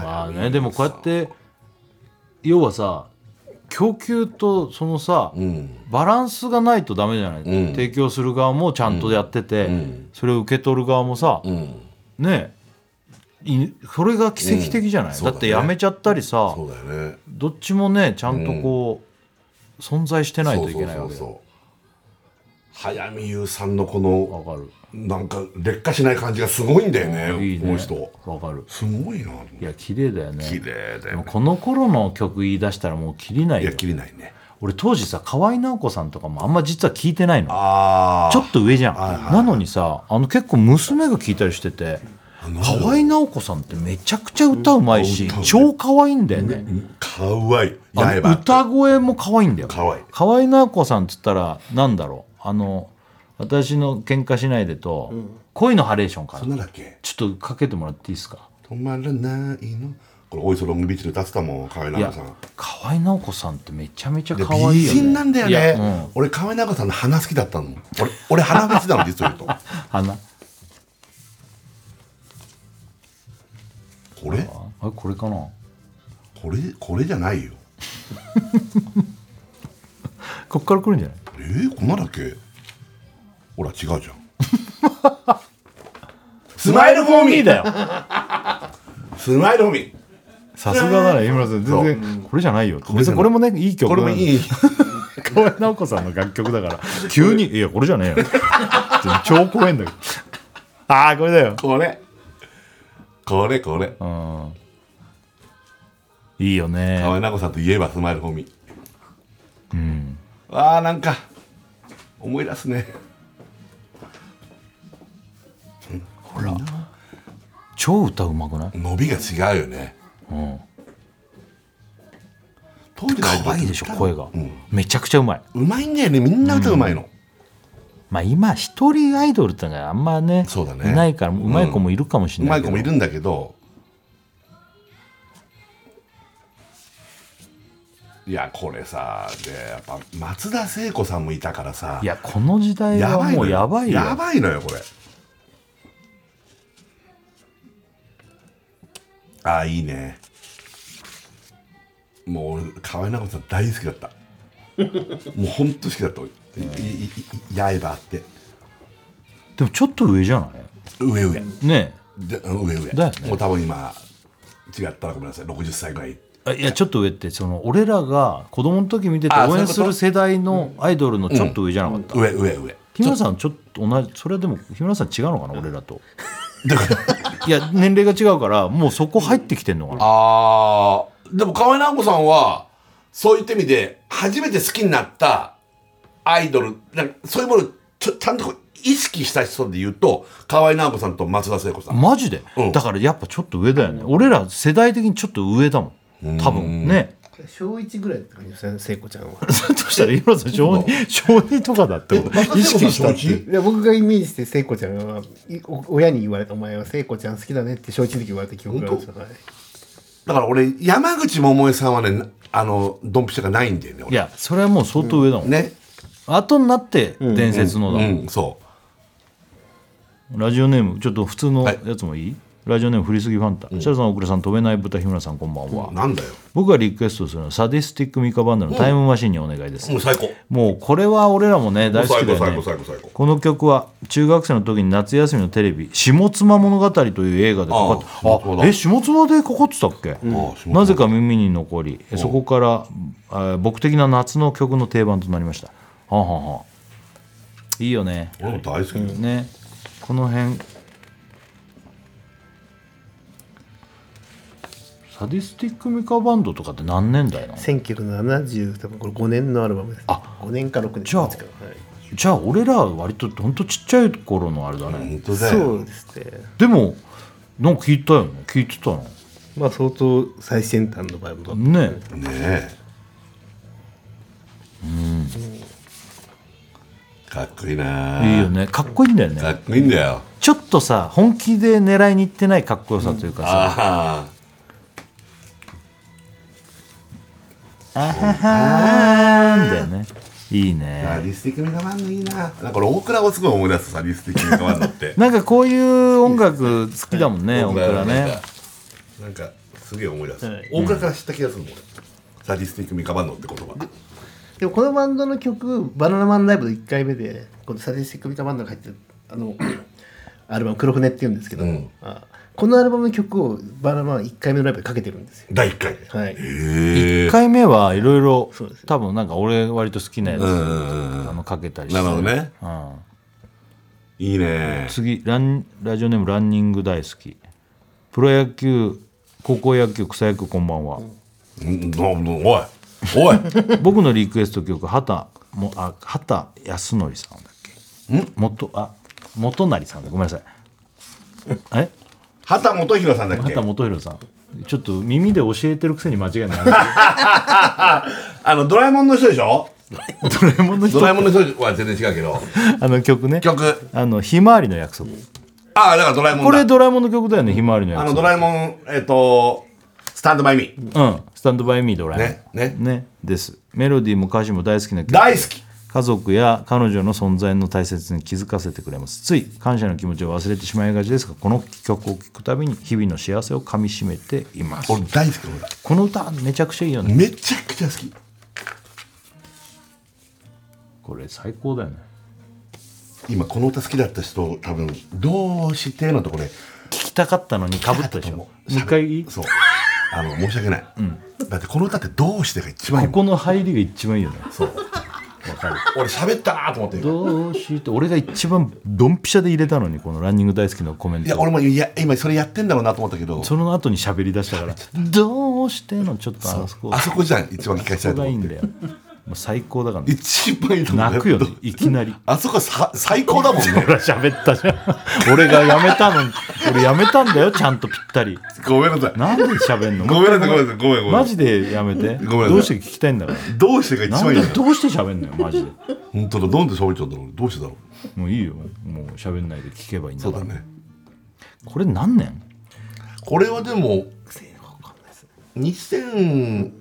まあね、でもこうやって要はさ、供給とそのさ、バランスがないとダメじゃない。提供する側もちゃんとやってて、それを受け取る側もさ、ねそれが奇跡的じゃない。だってやめちゃったりさ、どっちもねちゃんとこう存在してないといけないわけだ。 早見優さんのこのなんか劣化しない感じがすごいんだよね。この人わかる。 すごいな。 いや綺麗だよね。 綺麗だよね。 この頃の曲言い出したらもう切りないよ。 いや切りないね。 俺当時さ河合直子さんとかもあんま実は聞いてないの。ちょっと上じゃん。なのにさ結構娘が聞いたりしてて、河合直子さんってめちゃくちゃ歌うまいし、超可愛いんだよね。 可愛い。 歌声も可愛いんだよ。河合直子さんっつったらなんだろう、私の喧嘩しないでと、恋のハレーションかな。ちょっとかけてもらっていいですか。 止まらないの。これおいそロングビーチで歌ってたもん、河合直子さん。 河合直子さんってめちゃめちゃ可愛いよね。 美人なんだよね。俺河合直子さんの鼻好きだったの。俺鼻好きなの実を言うと。 鼻。 これ？ これかな。 これじゃないよ。 こっから来るんじゃない？ こんなだっけ？ほら違うじゃん。スマイルフォーミーだよ。スマイルフォーミー。 さすがだね、井村さん。全然これじゃないよ。別にこれもねいい曲。 これもいい。 河合直子さんの楽曲だから急にいやこれじゃねえよ。超怖いんだけど。ああこれだよ。 これ。 いいよね。 河合直子さんといえばスマイルフォーミー。なんか思い出すね。 ほら超歌うまくない？ 伸びが違うよね。 当時可愛いでしょ声が。めちゃくちゃうまい。 うまいんだよね、みんな歌うまいの。 まあ今一人アイドルってのがあんまねいないからうまい子もいるかもしれないけど、 うまい子もいるんだけど、いやこれさでやっぱ松田聖子さんもいたからさ、 いやこの時代はもうやばいよ。 やばいのよこれ。いいね。もう河合直子さん大好きだった。もうほんと好きだった。刃あって。 でもちょっと上じゃない？ 上ねえ上だよね。 もう多分今違ったらごめんなさい、60歳ぐらい。 いやちょっと上ってその俺らが子供の時見てて応援する世代のアイドルのちょっと上じゃなかった？ 上日村さんちょっと同じ。それでも日村さん違うのかな俺らと。いや年齢が違うからもうそこ入ってきてんのかな。 でも河合直子さんはそういった意味で初めて好きになったアイドル、なんかそういうものをちゃんと意識した人で言うと河合直子さんと松田聖子さん。 マジで、だからやっぱちょっと上だよね。俺ら世代的にちょっと上だもん多分ね。 小1ぐらいって感じですね、聖子ちゃんは。 どうしたら今さ小2とかだって意識したって。 いや僕がイメージして聖子ちゃんは親に言われた、お前は聖子ちゃん好きだねって小1の時言われた記憶があるんですよ。 だから俺山口百恵さんはねドンピシャがないんだよね。 いやそれはもう相当上だもんね。後になって伝説のだもん。 そう。 ラジオネームちょっと普通のやつもいい？ラジオネーム振りすぎファンタ。シャルさん、奥倉さん、飛べない豚、日村さん、こんばんは。 なんだよ。 僕がリクエストするのはサディスティックミカバンドのタイムマシンにお願いです。 最高。 もうこれは俺らもね大好きだよね。この曲は中学生の時に夏休みのテレビ「下妻物語」という映画でかかって、下妻でかかってたっけ？なぜか耳に残り、そこから僕的な夏の曲の定番となりました。いいよね。 俺も大好きね。この辺サディスティックミカバンドとかって何年代なの？ 1970、多分これ5年のアルバムです。5年か6年。 じゃじゃあ俺らは割とほんとちっちゃい頃のあれだね。 本当だよ。 そうですね。 でもなんか聞いたよね。聞いてたな。 まあ相当最先端のバンドねねえ。かっこいいな。 いいよね。かっこいいんだよね。 かっこいいんだよ。 ちょっとさ本気で狙いに行ってないかっこよさというかさ、 ああははーんだよね。いいあ。 ね。 リスティックミカバンドいいな。なんか俺大倉をすごい思い出すさ、リスティックミカバンドって。 なんかこういう音楽好きだもんね、大倉ね。 なんかすげえ思い出す。 はい大倉から知った気がするもん。サディスティックミカバンドって言葉。 でもこのバンドの曲バナナマンライブの1回目でこのサディスティックミカバンドが入ってるアルバム黒船っていうんですけど、このアルバムの曲をバナナマン1回目のライブでかけてるんですよ。 第1回で。 はい。 1回目はいろいろそうです多分なんか俺割と好きなやつかけたりして。 なるほどね。 うんいいね。 次ラジオネームランニング大好き。プロ野球高校野球草野球こんばんは。 おい僕のリクエスト曲畑康則さんだっけ。元成さんだ。ごめんなさい。 畑基博さんだっけ。 畑基博さん。ちょっと耳で教えてるくせに間違いない。 ドラえもんの人でしょ。 ドラえもんの人ドラえもんの人は全然違うけど。 曲ね。 曲。 ひまわりの約束。 ああ、だからドラえもんだ。 これドラえもんの曲だよね。ひまわりの約束。 ドラえもんスタンドバイミー。 スタンドバイミードラえもんねです。メロディーも歌詞も大好きな曲。 大好き。 家族や彼女の存在の大切に気づかせてくれます。つい感謝の気持ちを忘れてしまいがちですが、この曲を聴くたびに日々の幸せをかみしめています。 俺大好き。 この歌めちゃくちゃいいよね。 めちゃくちゃ好き。 これ最高だよね。 今この歌好きだった人多分どうしてのところで聞きたかったのにかぶったでしょ。もう一回いい？ そう申し訳ない、だってこの歌ってどうしてが一番いい。 ここの入りが一番いいよね。 そうわかる。俺喋ったなと思って。 どうして俺が一番ドンピシャで入れたのにこのランニング大好きのコメント。 いや俺も今それやってんだろうなと思ったけど、 その後に喋り出したからどうしてのちょっとあそこじゃん一番聞かせたいと思って。 そこがいいんだよ。もう最高だからね。 一番いいと思う。 泣くよねいきなり。 あそこ最高だもんね。 ほら喋ったじゃん。俺がやめたのに俺やめたんだよちゃんとぴったり。 ごめんなさい。 なんで喋んの。 ごめんなさいごめん。 マジでやめて。 ごめんなさい。 どうして聞きたいんだから。 どうしてが一なん番いいでどうして喋んのよマジで。 本当だ。どんで喋っちゃうんだろう。どうしてだろもういいよ。もう喋んないで聞けばいいんだから。 そうだね。 これ何年？ これはでも2010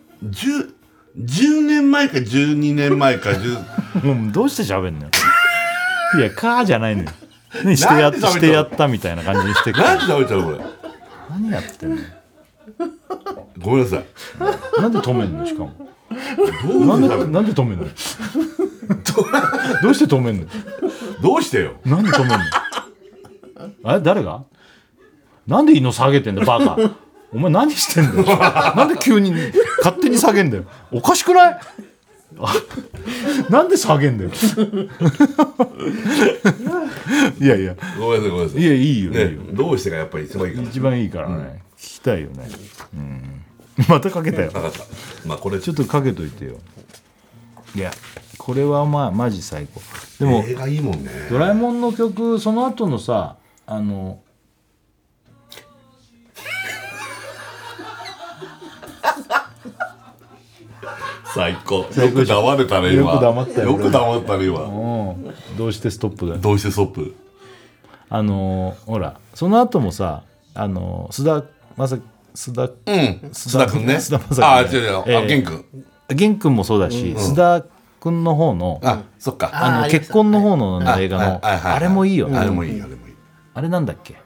年前か12年前かもうどうして喋んのよ。いやカーじゃないのよ。ねしてやったみたいな感じにしてくる。 なんで喋っちゃうのこれ。 何やってんの。 ごめんなさい。 なんで止めんのしかも。 なんで止めんの。どうして止めんの。 どうしてよ。 なんで止めんの。あれ誰が。なんで胃の下げてんだバカ。お前何してんだよ。なんで急に勝手に下げんだよ。おかしくない。なんで下げんだよ。いやいや。 ごめんなさい。 いやいいよ、 ね、 いいよ。 どうしてがやっぱり一番いいから。 一番いいからね。聞きたいよね。またかけたよ。 まあこれちょっとかけといてよ。いやこれはまあマジ最高。でも映画いいもんね。 ドラえもんの曲その後のさ最高。よく黙れたね今。 よく黙ったよ。 よく黙ったね今。 どうしてストップだよ。 どうしてストップ。 ほらその後もさ須田君ね。 あ違う源君。 源君もそうだし、須田君の方のそっか結婚の方の映画のあれもいいよね。 あれもいい。 あれなんだっけ。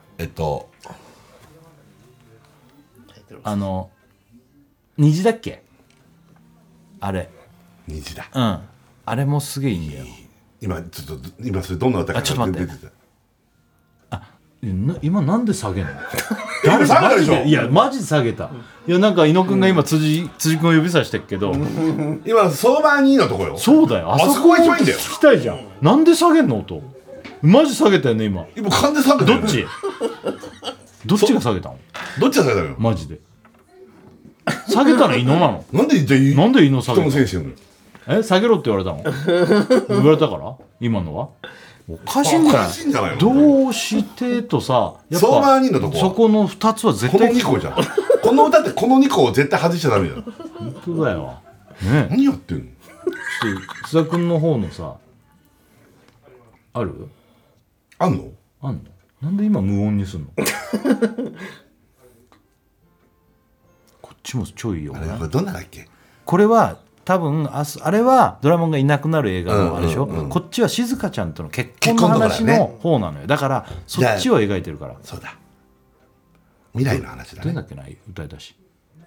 虹だっけ。あれ虹だ。 あれもすげえいいんだよ。 今それどんな歌かちょっと待って。今なんで下げんの。 誰下げたでしょ。 いやマジで下げた。いやなんか伊野くんが今辻君を指さしてるけど、 今相場2のとこよ。 そうだよ。 あそこが一番いいんだよ。 聞きたいじゃん。なんで下げんの音。マジ下げたよね今。 今完全下げた。 どっちが下げたの。 どっちが下げたの。 マジで下げたら伊野なの。 なんで伊野下げたの。 下げろって言われたの言われたから今のはおかしいんじゃないのどうしてとさやっぱ相馬兄のとこそこの2つは絶対この2個じゃんこの歌ってこの2個を絶対外しちゃダメじゃん本当だよ、ね、 何やってんの須田君の方のさあるあんのなんで今無音にすんのこっちもちょいよあれこれどんなだっけこれは多分あれはドラえもんがいなくなる映画のあれでしょ、こっちは静香ちゃんとの結婚の話の方なのよだからそっちを描いてるからそうだ未来の話だねどれだっけな歌い出し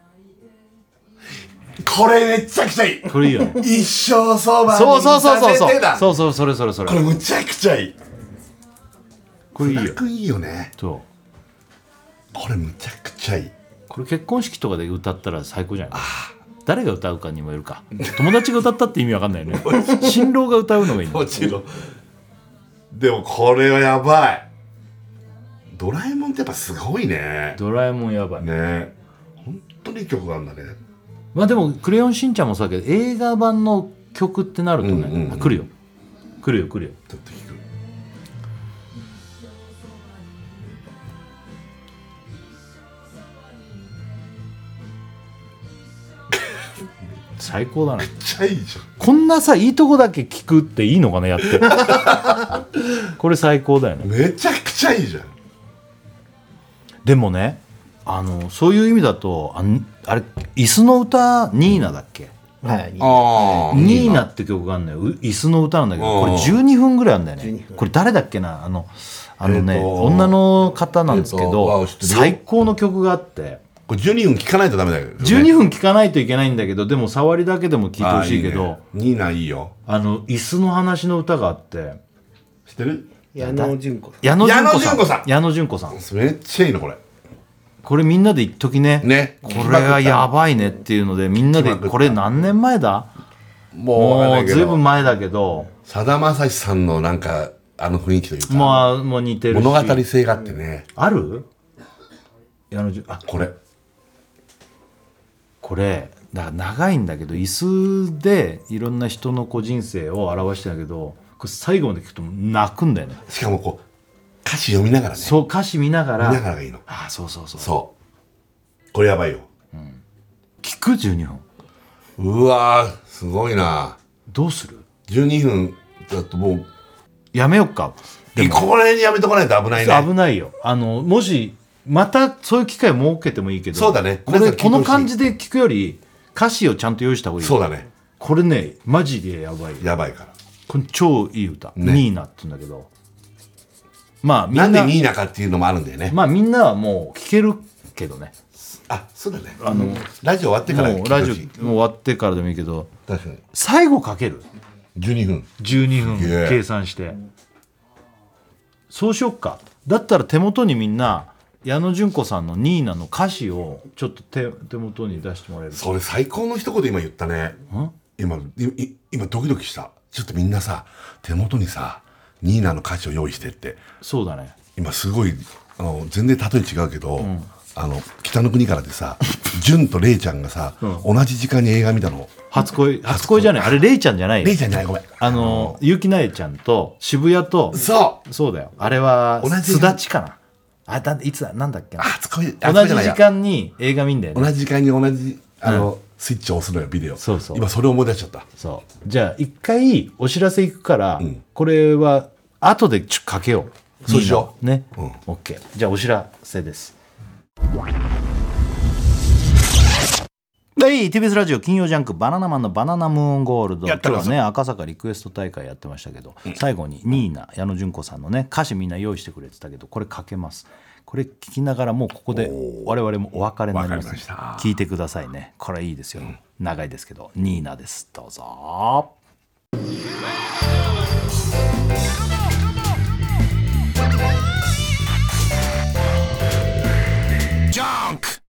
これめっちゃくちゃいいこれいいよね一生そばにそうさせてだそうそれこれむちゃくちゃいいこれいいよ楽いいよねそうこれむちゃくちゃいいこれ結婚式とかで歌ったら最高じゃない誰が歌うかにもよるか友達が歌ったって意味わかんないよね新郎が歌うのがいいんだもちろんでもこれはやばいドラえもんってやっぱすごいねドラえもんやばいね本当にいい曲があるんだねまあでもクレヨンしんちゃんもそうだけど映画版の曲ってなるとね、来るよちょっと聞く最高だねめっちゃいいじゃんこんなさいいとこだけ聞くっていいのかなやってこれ最高だよねめちゃくちゃいいじゃんでもねそういう意味だとあれ椅子の歌ニーナだっけはいニーナって曲があるのよ椅子の歌なんだけどこれ12分ぐらいあるんだよねこれ誰だっけな女の方なんですけど最高の曲があってこれ12分聴かないとダメだけど、ね、 12分聴かないといけないんだけどでも触りだけでも聴いてほしいけどニーナいいよ椅子の話の歌があって知ってる矢野純子さん矢野純子さんめっちゃいいのこれみんなで一時ねこれはやばいねっていうのでみんなでこれ何年前だもうずいぶん前だけどさだまさしさんのなんか雰囲気というかもう似てるし物語性があってねあるこれだから長いんだけど椅子でいろんな人の人生を表してんだけどこれ最後まで聞くと泣くんだよねしかもこう歌詞読みながらねそう歌詞見ながらがいいのそうこれやばいよ、 聞く12分うわーすごいなどうする 12分だともうやめよっかここら辺にやめとかないと危ないね危ないよもしまたそういう機会を設けてもいいけどそうだねこの感じで聞くより歌詞をちゃんと用意した方がいいそうだねこれねマジでやばいやばいからこれ超いい歌、ニーナって言うんだけどまあみんななんでニーナかっていうのもあるんだよねまあみんなはもう聞けるけどねそうだねラジオ終わってからもうラジオもう終わってからでもいいけど確かに最後かける 12分計算してそうしよっかだったら手元にみんな矢野純子さんのニーナの歌詞をちょっと手元に出してもらえるそれ最高の一言今言ったね今ドキドキしたちょっとみんなさ手元にさニーナの歌詞を用意してってそうだね今すごい全然例え違うけど、北の国からでさ純とレイちゃんがさ、同じ時間に映画見たの初恋じゃないあれレイちゃんじゃないレイちゃんじゃないごめん結城奈々ちゃんと渋谷とそうだよあれはすだちかないつだなんだっけな同じ時間に映画見んだよね同じ時間に同じスイッチを押すのよビデオそう今それ思い出しちゃったそうじゃあ一回お知らせ行くから、これは後でかけようそうしようね、OK じゃあお知らせですTBS ラジオ金曜ジャンクバナナマンのバナナムーンゴールド今日はね赤坂リクエスト大会やってましたけど、最後にニーナ矢野純子さんのね歌詞みんな用意してくれてたけどこれかけますこれ聞きながらもうここで我々もお別れになります。聞いてくださいね。これいいですよ、長いですけどニーナです。どうぞ。ジャンク